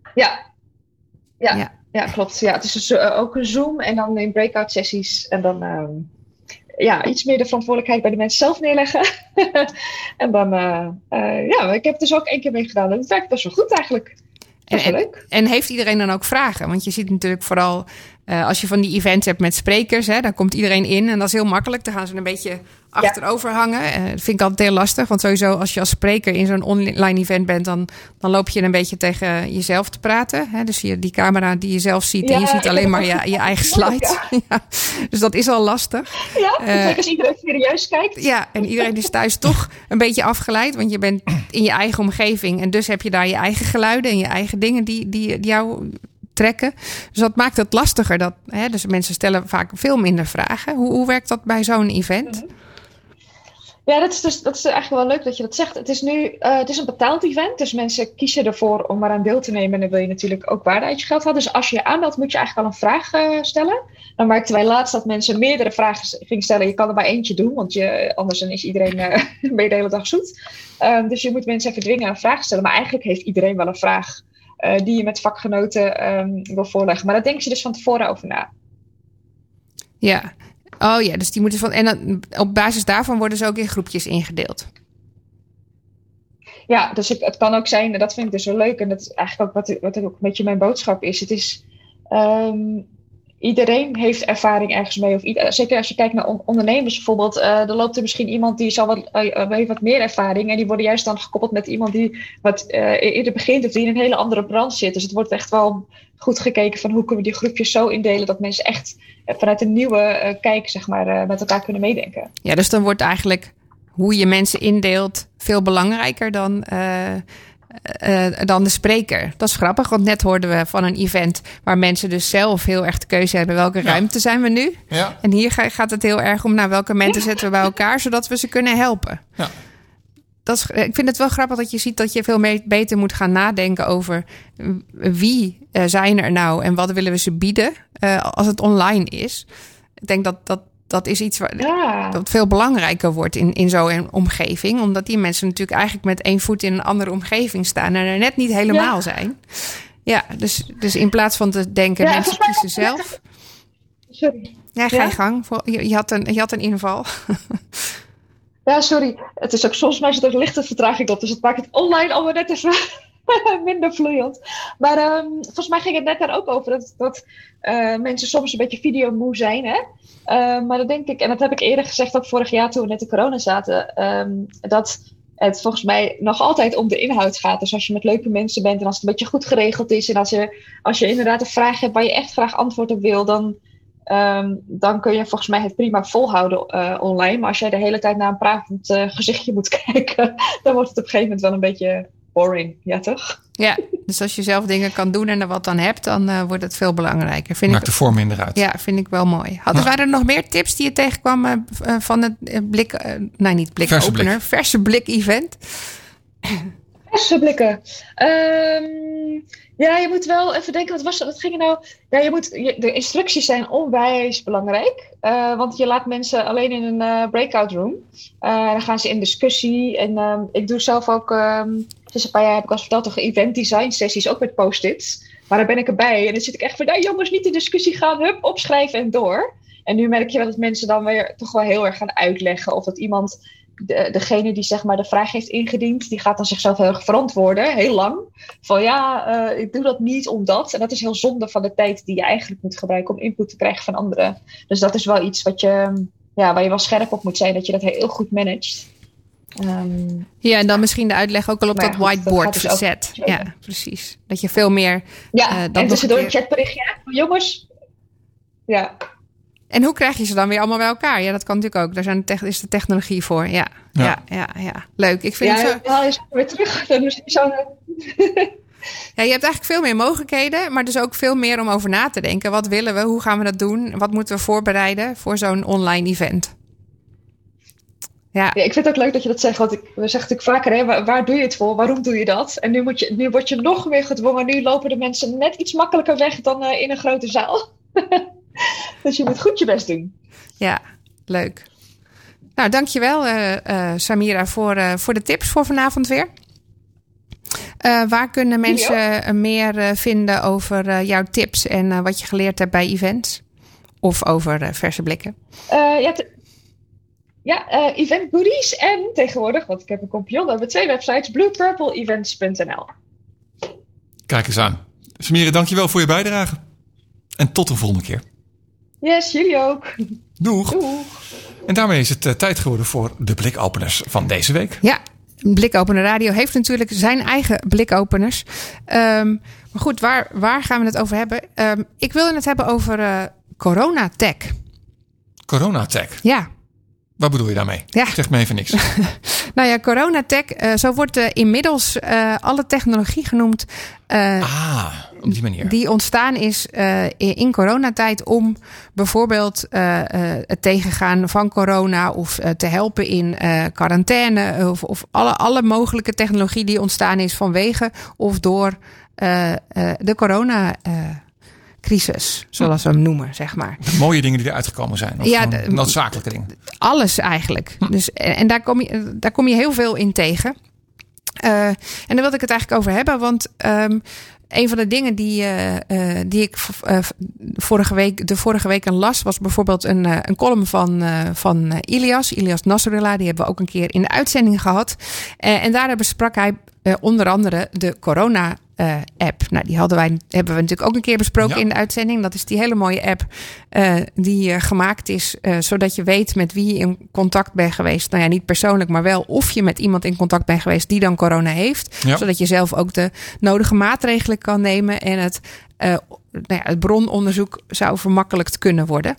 Ja, klopt. Ja, het is dus ook een Zoom en dan in breakout sessies. En dan iets meer de verantwoordelijkheid bij de mensen zelf neerleggen. En dan, ik heb dus ook 1 keer mee gedaan. En het werkt best wel goed eigenlijk. Dat is wel leuk. En heeft iedereen dan ook vragen? Want je ziet natuurlijk vooral als je van die events hebt met sprekers, hè, dan komt iedereen in en dat is heel makkelijk. Dan gaan ze een beetje achterover hangen. Dat vind ik altijd heel lastig. Want sowieso als je als spreker in zo'n online event bent, dan loop je een beetje tegen jezelf te praten. Hè? Dus die camera die je zelf ziet en je ziet alleen maar je eigen slide. Ja. Dus dat is al lastig. Ja, als iedereen serieus kijkt. Ja, en iedereen is thuis toch een beetje afgeleid. Want je bent in je eigen omgeving en dus heb je daar je eigen geluiden en je eigen dingen die jou trekken. Dus dat maakt het lastiger. Dus mensen stellen vaak veel minder vragen. Hoe werkt dat bij zo'n event? Ja, dat is eigenlijk wel leuk dat je dat zegt. Het is nu het is een betaald event. Dus mensen kiezen ervoor om maar aan deel te nemen. En dan wil je natuurlijk ook waarde uit je geld halen. Dus als je je aanmeldt, moet je eigenlijk al een vraag stellen. Dan merkten wij laatst dat mensen meerdere vragen gingen stellen. Je kan er maar eentje doen, want anders dan is iedereen ben je de hele dag zoet. Dus je moet mensen even dwingen een vraag stellen. Maar eigenlijk heeft iedereen wel een vraag die je met vakgenoten wil voorleggen. Maar daar denken ze dus van tevoren over na. Ja. Oh ja, dus die moeten en dan, op basis daarvan worden ze ook in groepjes ingedeeld. Ja, dus het kan ook zijn, en dat vind ik dus zo leuk. En dat is eigenlijk ook wat ook een beetje mijn boodschap is. Het is, iedereen heeft ervaring ergens mee. Zeker als je kijkt naar ondernemers bijvoorbeeld. Er loopt er misschien iemand die heeft wat meer ervaring. En die worden juist dan gekoppeld met iemand die wat eerder begint. Of die in een hele andere branche zit. Dus het wordt echt wel goed gekeken van hoe kunnen we die groepjes zo indelen. Dat mensen echt vanuit een nieuwe kijk zeg maar met elkaar kunnen meedenken. Ja, dus dan wordt eigenlijk hoe je mensen indeelt veel belangrijker dan de spreker. Dat is grappig, want net hoorden we van een event waar mensen dus zelf heel erg de keuze hebben welke ruimte zijn we nu. Ja. En hier gaat het heel erg om welke mensen zetten we bij elkaar, zodat we ze kunnen helpen. Ja. Ik vind het wel grappig dat je ziet dat je veel beter moet gaan nadenken over wie zijn er nou en wat willen we ze bieden als het online is. Ik denk dat is iets dat veel belangrijker wordt in zo'n omgeving. Omdat die mensen natuurlijk eigenlijk met 1 voet in een andere omgeving staan en er net niet helemaal zijn. Ja, dus in plaats van te denken mensen kiezen zelf. Sorry. Ja, ga je gang. Je had een inval. Ja, sorry. Het is ook soms maar zit er lichte vertraging op. Dus het maakt het online allemaal net even minder vloeiend. Maar volgens mij ging het net daar ook over. Dat mensen soms een beetje videomoe zijn. Hè? Maar dat denk ik, en dat heb ik eerder gezegd ook vorig jaar toen we net in corona zaten. Dat het volgens mij nog altijd om de inhoud gaat. Dus als je met leuke mensen bent en als het een beetje goed geregeld is. En als je inderdaad een vraag hebt waar je echt graag antwoord op wil. Dan kun je volgens mij het prima volhouden online. Maar als jij de hele tijd naar een pratend gezichtje moet kijken. Dan wordt het op een gegeven moment wel een beetje boring. Ja, toch? Ja, dus als je zelf dingen kan doen en er wat aan hebt, dan wordt het veel belangrijker. Maakt de vorm minder uit. Ja, vind ik wel mooi. Waren er nog meer tips die je tegenkwamen van het verse blik event? Verse blikken. Ja, je moet wel even denken, wat ging er nou? Ja, de instructies zijn onwijs belangrijk. Want je laat mensen alleen in een breakout room. Dan gaan ze in discussie. En ik doe zelf ook, sinds een paar jaar heb ik al verteld, toch event design sessies, ook met post-its. Maar daar ben ik erbij. En dan zit ik echt van, jongens, niet in discussie gaan. Hup, opschrijven en door. En nu merk je wel dat mensen dan weer toch wel heel erg gaan uitleggen. Of dat iemand degene die zeg maar de vraag heeft ingediend, die gaat dan zichzelf heel erg verantwoorden, heel lang. Van ik doe dat niet omdat. En dat is heel zonde van de tijd die je eigenlijk moet gebruiken om input te krijgen van anderen. Dus dat is wel iets waar je wel scherp op moet zijn, dat je dat heel goed managt. Ja, en dan misschien de uitleg ook al op dat whiteboard dus verzet. Ja, precies. Dat je veel meer... en tussendoor een chatberichtje. Jongens. Ja. En hoe krijg je ze dan weer allemaal bij elkaar? Ja, dat kan natuurlijk ook. Daar is de technologie voor. Ja. Leuk. Ik vind het zo... haal je ze weer terug. Dan is zo... Ja, je hebt eigenlijk veel meer mogelijkheden, maar dus ook veel meer om over na te denken. Wat willen we? Hoe gaan we dat doen? Wat moeten we voorbereiden voor zo'n online event? Ja, ik vind het ook leuk dat je dat zegt. Want we zeggen natuurlijk vaker, waar doe je het voor? Waarom doe je dat? En nu word je nog meer gedwongen. Nu lopen de mensen net iets makkelijker weg dan in een grote zaal. Dus je moet goed je best doen. Ja, leuk. Nou, dankjewel Samira voor de tips voor vanavond weer. Waar kunnen mensen meer vinden over jouw tips en wat je geleerd hebt bij events? Of over verse blikken? Event goodies en tegenwoordig, want ik heb een kompion, we hebben 2 websites, bluepurpleevents.nl. Kijk eens aan. Samira, dankjewel voor je bijdrage. En tot de volgende keer. Yes, jullie ook. Doeg. En daarmee is het tijd geworden voor de blikopeners van deze week. Ja, Blikopener Radio heeft natuurlijk zijn eigen blikopeners. Maar goed, waar gaan we het over hebben? Ik wilde het hebben over coronatech. Coronatech? Ja. Wat bedoel je daarmee? Ja. Zeg me even niks. Nou ja, coronatech, zo wordt inmiddels alle technologie genoemd. Op die manier. Die ontstaan is in coronatijd om bijvoorbeeld het tegengaan van corona of te helpen in quarantaine of alle mogelijke technologie die ontstaan is vanwege of door de corona crisis, zoals we hem noemen, zeg maar. De mooie dingen die eruit gekomen zijn. Of noodzakelijke dingen. Alles eigenlijk. Dus, en daar kom je heel veel in tegen. En daar wilde ik het eigenlijk over hebben, want een van de dingen die ik vorige week las, was bijvoorbeeld een column van Ilias Nasrallah. Die hebben we ook een keer in de uitzending gehad. En daar besprak hij onder andere de corona-app. Nou, die hebben we natuurlijk ook een keer besproken in de uitzending. Dat is die hele mooie app die gemaakt is zodat je weet met wie je in contact bent geweest. Nou ja, niet persoonlijk, maar wel of je met iemand in contact bent geweest die dan corona heeft. Ja. Zodat je zelf ook de nodige maatregelen kan nemen en het brononderzoek zou vermakkelijkt kunnen worden.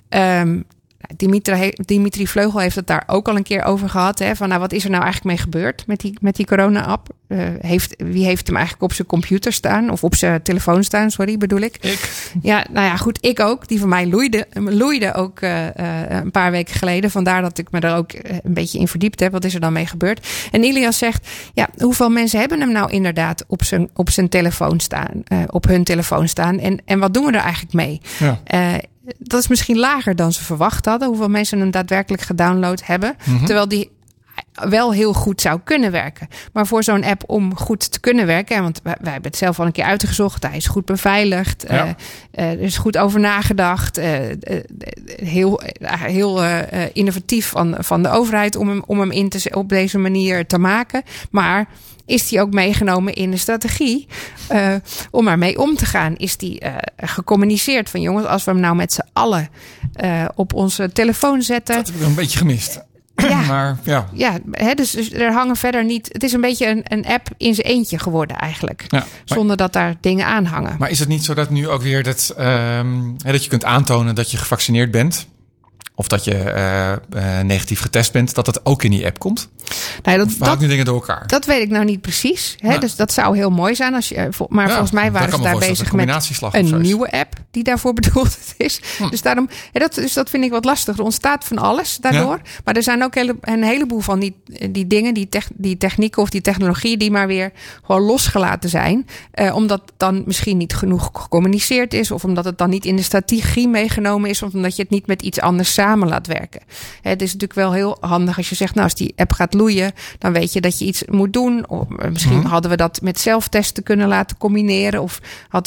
Dimitri Vleugel heeft het daar ook al een keer over gehad. Hè, van wat is er nou eigenlijk mee gebeurd met die corona-app? Wie heeft hem eigenlijk op zijn computer staan? Of op zijn telefoon staan, sorry, bedoel ik. Ja, nou ja, goed, ik ook. Die van mij loeide ook een paar weken geleden. Vandaar dat ik me er ook een beetje in verdiept heb. Wat is er dan mee gebeurd? En Ilias zegt, ja, hoeveel mensen hebben hem nou inderdaad op zijn telefoon staan? Op hun telefoon staan. En wat doen we er eigenlijk mee? Ja. Dat is misschien lager dan ze verwacht hadden. Hoeveel mensen hem daadwerkelijk gedownload hebben. Mm-hmm. Terwijl die wel heel goed zou kunnen werken. Maar voor zo'n app om goed te kunnen werken. Want wij hebben het zelf al een keer uitgezocht. Hij is goed beveiligd. Ja. Er is goed over nagedacht. Heel innovatief van de overheid om hem op deze manier te maken. Maar is die ook meegenomen in de strategie om ermee om te gaan? Is die gecommuniceerd van jongens, als we hem nou met z'n allen op onze telefoon zetten. Dat heb ik een beetje gemist. Ja, maar dus er hangen verder niet. Het is een beetje een app in zijn eentje geworden eigenlijk. Ja, zonder dat daar dingen aan hangen. Maar is het niet zo dat nu ook weer dat je kunt aantonen dat je gevaccineerd bent? Of dat je negatief getest bent, dat dat ook in die app komt? Nou ja, dat nu dingen door elkaar? Dat weet ik nou niet precies. Hè? Ja. Dus dat zou heel mooi zijn. Maar volgens mij waren ze daar bezig met een nieuwe app die daarvoor bedoeld is. Dus daarom, dat vind ik wat lastig. Er ontstaat van alles daardoor. Ja. Maar er zijn ook een heleboel van die dingen, die technieken of die technologieën die maar weer gewoon losgelaten zijn. Omdat dan misschien niet genoeg gecommuniceerd is. Of omdat het dan niet in de strategie meegenomen is. Of omdat je het niet met iets anders samen laat werken. Het is natuurlijk wel heel handig als je zegt, nou, als die app gaat loeien, dan weet je dat je iets moet doen. Of misschien hadden we dat met zelftesten kunnen laten combineren. Of had het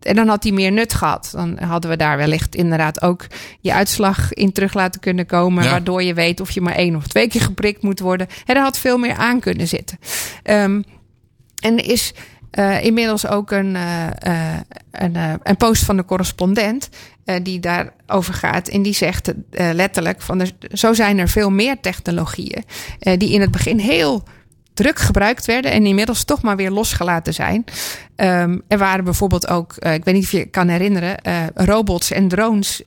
En dan had die meer nut gehad. Dan hadden we daar wellicht inderdaad ook je uitslag in terug laten kunnen komen. Ja. Waardoor je weet of je maar 1 of 2 keer geprikt moet worden. En er had veel meer aan kunnen zitten. En er is inmiddels ook een post van de correspondent die daarover gaat. En die zegt letterlijk van zo zijn er veel meer technologieën die in het begin heel druk gebruikt werden en inmiddels toch maar weer losgelaten zijn. Er waren bijvoorbeeld ook, ik weet niet of je kan herinneren, robots en drones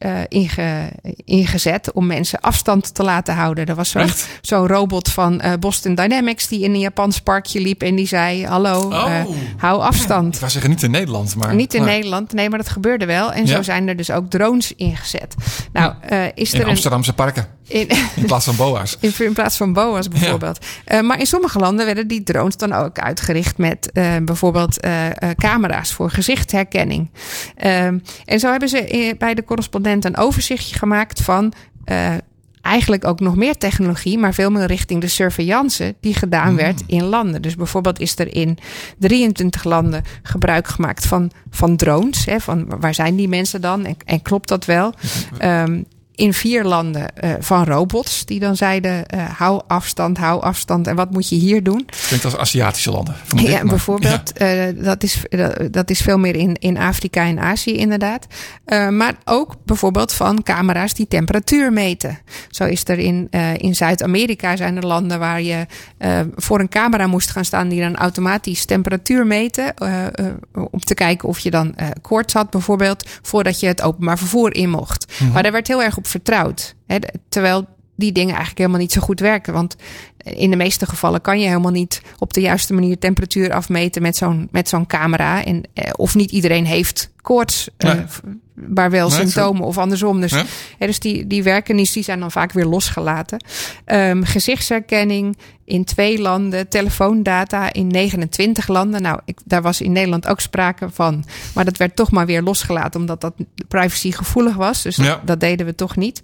ingezet om mensen afstand te laten houden. Er was zo'n robot van Boston Dynamics die in een Japans parkje liep en die zei, hallo, hou afstand. Ja, ik wou zeggen niet in Nederland. Maar, niet in Nederland, nee, maar dat gebeurde wel. En zo zijn er dus ook drones ingezet. Nou, is er Amsterdamse parken. In plaats van BOA's. In plaats van BOA's bijvoorbeeld. Ja. Maar in sommige landen werden die drones dan ook uitgericht met bijvoorbeeld camera's voor gezichtsherkenning. En zo hebben ze bij de correspondent een overzichtje gemaakt van eigenlijk ook nog meer technologie, maar veel meer richting de surveillance die gedaan werd in landen. Dus bijvoorbeeld is er in 23 landen gebruik gemaakt van drones. Hè, van waar zijn die mensen dan? En klopt dat wel? In 4 landen van robots die dan zeiden hou afstand en wat moet je hier doen? Klinkt als Aziatische landen. Ja, bijvoorbeeld. Ja. Dat is veel meer in Afrika en Azië inderdaad. Maar ook bijvoorbeeld van camera's die temperatuur meten. Zo is er in Zuid-Amerika zijn er landen waar je voor een camera moest gaan staan die dan automatisch temperatuur meten. Om te kijken of je dan koorts had bijvoorbeeld, voordat je het openbaar vervoer in mocht. Mm-hmm. Maar daar werd heel erg op vertrouwd. Hè, terwijl die dingen eigenlijk helemaal niet zo goed werken. Want in de meeste gevallen kan je helemaal niet op de juiste manier temperatuur afmeten met zo'n camera. Of niet iedereen heeft koorts, maar wel symptomen of andersom. Dus, dus die werken niet, die zijn dan vaak weer losgelaten. Gezichtsherkenning in 2 landen, telefoondata in 29 landen. Nou, daar was in Nederland ook sprake van. Maar dat werd toch maar weer losgelaten, omdat dat privacygevoelig was. Dus dat deden we toch niet.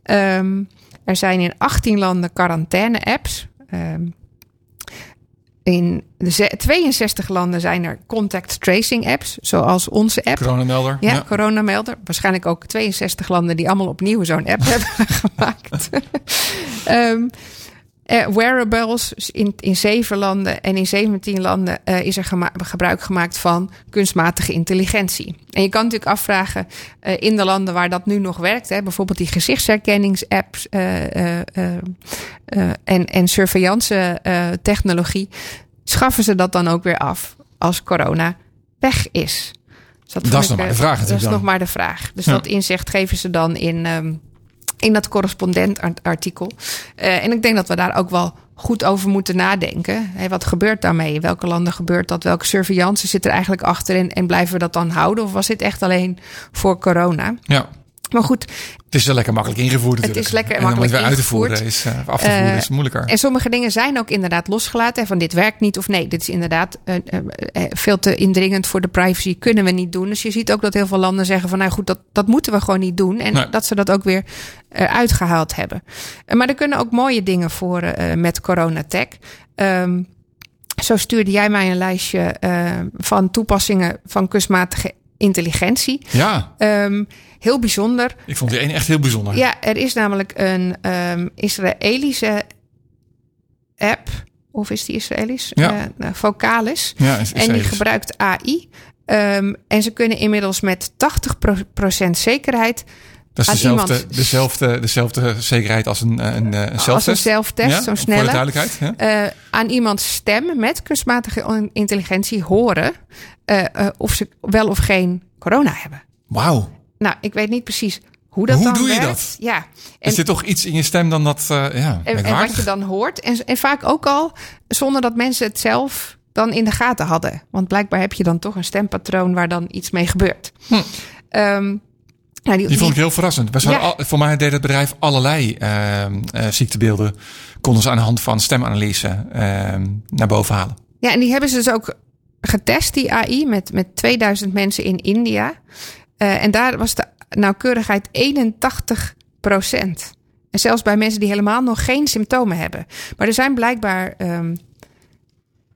Er zijn in 18 landen quarantaine-apps. In 62 landen zijn er contact tracing apps, zoals onze app. Coronamelder. Ja, Coronamelder. Waarschijnlijk ook 62 landen die allemaal opnieuw zo'n app hebben gemaakt. Wearables in 7 landen en in 17 landen is er gebruik gemaakt van kunstmatige intelligentie. En je kan natuurlijk afvragen in de landen waar dat nu nog werkt, bijvoorbeeld die gezichtsherkenningsapps en surveillance technologie, schaffen ze dat dan ook weer af als corona weg is? Dus dat is nog maar de vraag. Dat is nog maar de vraag. Dus dat inzicht geven ze dan in dat correspondentartikel. En ik denk dat we daar ook wel goed over moeten nadenken. Hey, wat gebeurt daarmee? In welke landen gebeurt dat? Welke surveillance zit er eigenlijk achter? En blijven we dat dan houden? Of was dit echt alleen voor corona? Ja. Maar goed. Het is lekker makkelijk ingevoerd natuurlijk. Het is lekker makkelijk ingevoerd. Af te voeren is moeilijker. En sommige dingen zijn ook inderdaad losgelaten. Van dit werkt niet of nee, dit is inderdaad veel te indringend voor de privacy. Kunnen we niet doen. Dus je ziet ook dat heel veel landen zeggen van nou goed, dat moeten we gewoon niet doen. En dat ze dat ook weer uitgehaald hebben. Maar er kunnen ook mooie dingen voor met coronatech. Zo stuurde jij mij een lijstje van toepassingen van kunstmatige intelligentie. Ja. Heel bijzonder. Ik vond die één echt heel bijzonder. Ja, er is namelijk een Israëlische app. Of is die Israëlisch? Ja. Vocalis. Ja, en die gebruikt AI. En ze kunnen inmiddels met 80% zekerheid. Dat is dezelfde zekerheid als een zelftest. Als een zelftest, zo'n snelle. Voor de duidelijkheid. Aan iemands stem met kunstmatige intelligentie horen of ze wel of geen corona hebben. Wauw. Nou, ik weet niet precies hoe dat dan werkt. Hoe doe je dat? Ja. Er zit toch iets in je stem dan dat, en wat je dan hoort. En vaak ook al zonder dat mensen het zelf dan in de gaten hadden. Want blijkbaar heb je dan toch een stempatroon waar dan iets mee gebeurt. Die vond ik heel verrassend. Voor mij deed het bedrijf allerlei ziektebeelden. Konden ze aan de hand van stemanalyse naar boven halen. Ja, en die hebben ze dus ook getest, die AI, met 2000 mensen in India. En daar was de nauwkeurigheid 81%. En zelfs bij mensen die helemaal nog geen symptomen hebben. Maar er zijn blijkbaar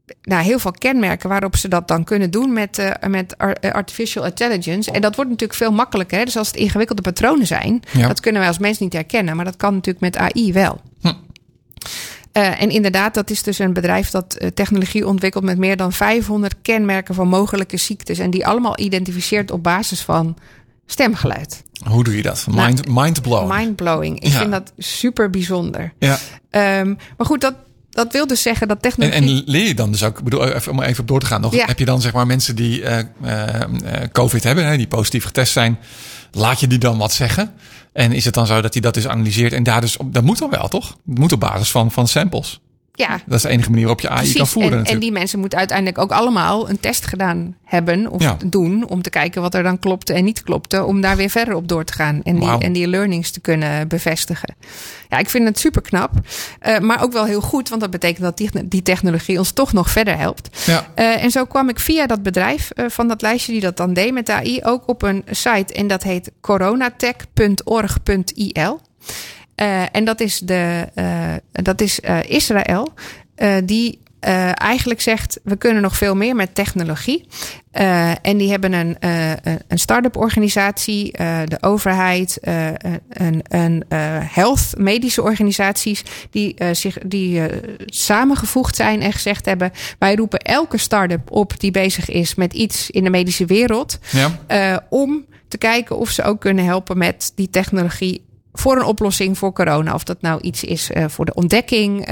heel veel kenmerken waarop ze dat dan kunnen doen met artificial intelligence. En dat wordt natuurlijk veel makkelijker. Hè? Dus als het ingewikkelde patronen zijn, dat kunnen wij als mens niet herkennen. Maar dat kan natuurlijk met AI wel. En inderdaad, dat is dus een bedrijf dat technologie ontwikkelt met meer dan 500 kenmerken van mogelijke ziektes. En die allemaal identificeert op basis van stemgeluid. Hoe doe je dat? Mindblowing. Mindblowing. Ik vind dat super bijzonder. Ja. Maar goed, dat wil dus zeggen dat technologie... En leer je dan dus ook, om even op door te gaan nog, heb je dan zeg maar mensen die COVID hebben, hè, die positief getest zijn, laat je die dan wat zeggen? En is het dan zo dat hij dat dus analyseert en daar dus, dat moet dan wel, toch? Het moet op basis van samples. Ja. Dat is de enige manier waarop je AI kan voeren natuurlijk. En die mensen moeten uiteindelijk ook allemaal een test gedaan hebben of doen om te kijken wat er dan klopte en niet klopte, om daar weer verder op door te gaan en die learnings te kunnen bevestigen. Ja, ik vind het super knap, maar ook wel heel goed, want dat betekent dat die technologie ons toch nog verder helpt. Ja. En zo kwam ik via dat bedrijf van dat lijstje die dat dan deed met AI ook op een site en dat heet coronatech.org.il. En dat is Israël, die eigenlijk zegt, we kunnen nog veel meer met technologie. En die hebben een start-up organisatie, de overheid, een health, medische organisaties die samengevoegd zijn en gezegd hebben, wij roepen elke start-up op die bezig is met iets in de medische wereld, om te kijken of ze ook kunnen helpen met die technologie voor een oplossing voor corona. Of dat nou iets is voor de ontdekking,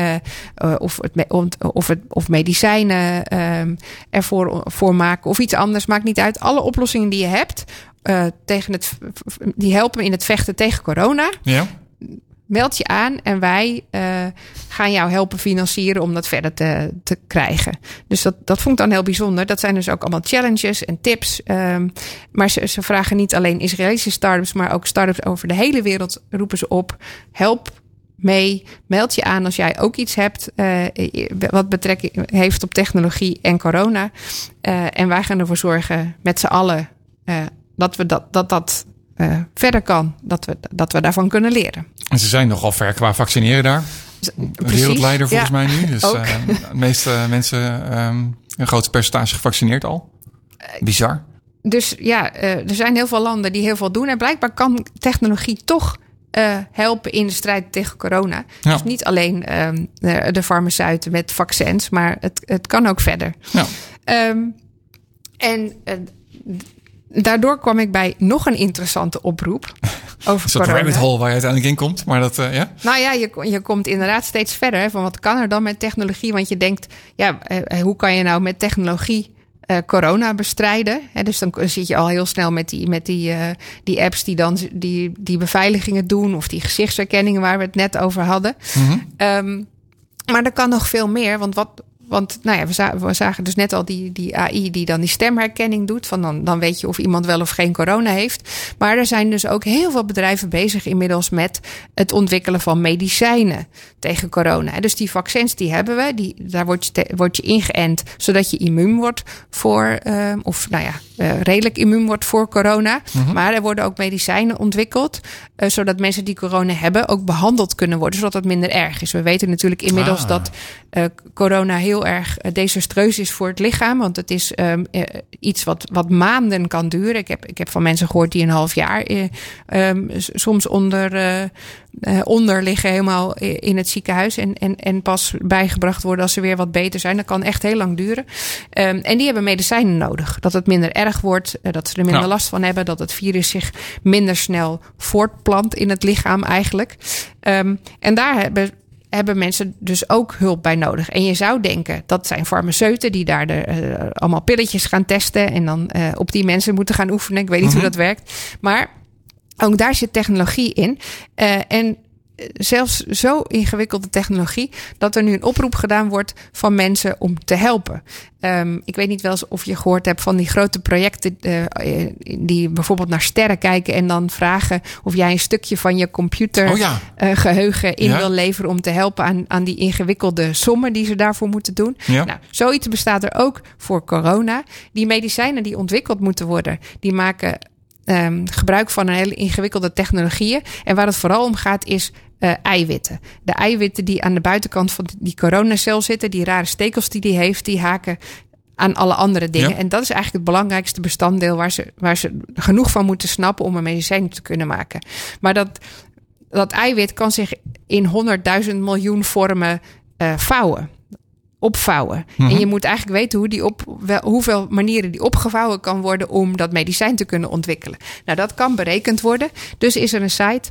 of medicijnen ervoor maken, of iets anders, maakt niet uit. Alle oplossingen die je hebt, die helpen in het vechten tegen corona. Ja. Meld je aan en wij gaan jou helpen financieren om dat verder te krijgen. Dus dat vond ik dan heel bijzonder. Dat zijn dus ook allemaal challenges en tips. Maar ze vragen niet alleen Israëlische start-ups, maar ook start-ups over de hele wereld roepen ze op. Help mee, meld je aan als jij ook iets hebt wat betrekking heeft op technologie en corona. En wij gaan ervoor zorgen met z'n allen dat verder kan, dat we daarvan kunnen leren. En ze zijn nogal ver qua vaccineren daar. Precies, wereldleider volgens mij nu. Dus de meeste mensen, een groot percentage gevaccineerd al. Bizar. Dus er zijn heel veel landen die heel veel doen. En blijkbaar kan technologie toch helpen in de strijd tegen corona. Ja. Dus niet alleen de farmaceuten met vaccins, maar het kan ook verder. Ja. Daardoor kwam ik bij nog een interessante oproep over is dat corona. Is rabbit hole waar je uiteindelijk in komt? Maar dat, Nou ja, je komt inderdaad steeds verder. Hè, van wat kan er dan met technologie? Want je denkt, hoe kan je nou met technologie corona bestrijden? Hè, dus dan zit je al heel snel met die apps die dan die beveiligingen doen, of die gezichtsherkenningen waar we het net over hadden. Mm-hmm. Maar er kan nog veel meer, want we zagen dus net al die AI die dan die stemherkenning doet. Van dan weet je of iemand wel of geen corona heeft. Maar er zijn dus ook heel veel bedrijven bezig inmiddels met het ontwikkelen van medicijnen tegen corona. Dus die vaccins die hebben we. Daar word je ingeënt zodat je immuun wordt voor, redelijk immuun wordt voor corona. Mm-hmm. Maar er worden ook medicijnen ontwikkeld. Zodat mensen die corona hebben ook behandeld kunnen worden. Zodat het minder erg is. We weten natuurlijk inmiddels dat corona heel erg desastreus is voor het lichaam. Want het is iets wat maanden kan duren. Ik heb van mensen gehoord die een half jaar soms onder liggen helemaal in het ziekenhuis. En pas bijgebracht worden als ze weer wat beter zijn. Dat kan echt heel lang duren. En die hebben medicijnen nodig. Dat het minder erg wordt. Dat ze er minder last van hebben. Dat het virus zich minder snel voortplant in het lichaam eigenlijk. En daar hebben mensen dus ook hulp bij nodig. En je zou denken, dat zijn farmaceuten die daar allemaal pilletjes gaan testen en dan op die mensen moeten gaan oefenen. Ik weet niet hoe dat werkt. Maar ook daar zit technologie in. En zelfs zo ingewikkelde technologie dat er nu een oproep gedaan wordt van mensen om te helpen. Ik weet niet wel eens of je gehoord hebt van die grote projecten die bijvoorbeeld naar sterren kijken en dan vragen of jij een stukje van je computergeheugen in wil leveren om te helpen aan die ingewikkelde sommen die ze daarvoor moeten doen. Ja. Nou, zoiets bestaat er ook voor corona. Die medicijnen die ontwikkeld moeten worden, die maken gebruik van een hele ingewikkelde technologieën. En waar het vooral om gaat is eiwitten. De eiwitten die aan de buitenkant van die coronacel zitten, die rare stekels die heeft, die haken aan alle andere dingen. Ja. En dat is eigenlijk het belangrijkste bestanddeel waar ze genoeg van moeten snappen om een medicijn te kunnen maken. Maar dat eiwit kan zich in 100.000 miljoen vormen opvouwen. En je moet eigenlijk weten hoeveel manieren die opgevouwen kan worden om dat medicijn te kunnen ontwikkelen. Nou, dat kan berekend worden. Dus is er een site,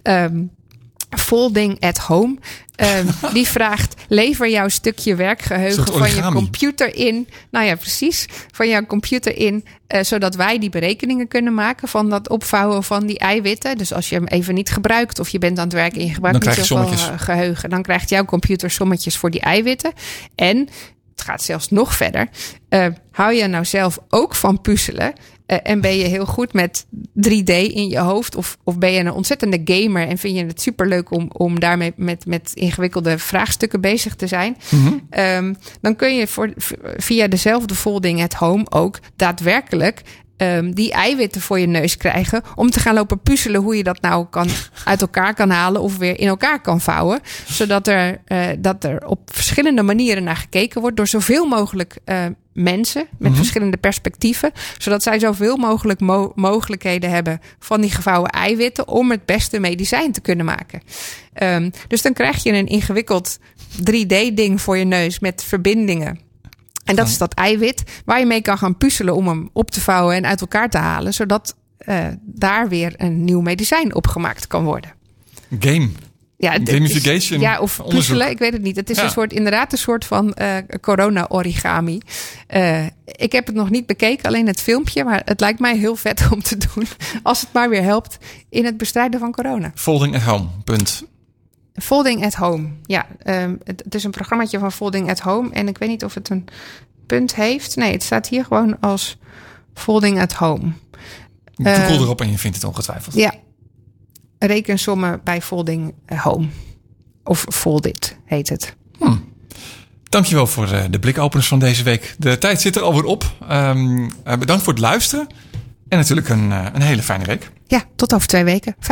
Folding at Home. Die vraagt, lever jouw stukje werkgeheugen van je computer in. Nou ja, precies. Van jouw computer in. Zodat wij die berekeningen kunnen maken van dat opvouwen van die eiwitten. Dus als je hem even niet gebruikt of je bent aan het werken en je gebruikt niet zoveel geheugen, dan krijgt jouw computer sommetjes voor die eiwitten. En het gaat zelfs nog verder. Hou je nou zelf ook van puzzelen? En ben je heel goed met 3D in je hoofd? Of ben je een ontzettende gamer en vind je het superleuk om daarmee met ingewikkelde vraagstukken bezig te zijn? Mm-hmm. Dan kun je via dezelfde Folding at Home ook daadwerkelijk die eiwitten voor je neus krijgen om te gaan lopen puzzelen hoe je dat nou uit elkaar kan halen of weer in elkaar kan vouwen. Zodat er op verschillende manieren naar gekeken wordt door zoveel mogelijk mensen met verschillende perspectieven. Zodat zij zoveel mogelijk mogelijkheden hebben van die gevouwen eiwitten om het beste medicijn te kunnen maken. Dus dan krijg je een ingewikkeld 3D-ding voor je neus met verbindingen. En dat is dat eiwit waar je mee kan gaan puzzelen om hem op te vouwen en uit elkaar te halen. Zodat daar weer een nieuw medicijn opgemaakt kan worden. Gamification. Ja, of puzzelen, ik weet het niet. Het is inderdaad een soort van corona-origami. Ik heb het nog niet bekeken, alleen het filmpje. Maar het lijkt mij heel vet om te doen. Als het maar weer helpt in het bestrijden van corona. Folding at Home, Folding at Home. Ja, het is een programmaatje van Folding at Home. En ik weet niet of het een punt heeft. Nee, het staat hier gewoon als Folding at Home. Google erop en je vindt het ongetwijfeld. Ja. Rekensommen bij Folding Home. Of Foldit heet het. Dankjewel voor de blikopeners van deze week. De tijd zit er alweer op. Bedankt voor het luisteren. En natuurlijk een hele fijne week. Ja, tot over 2 weken.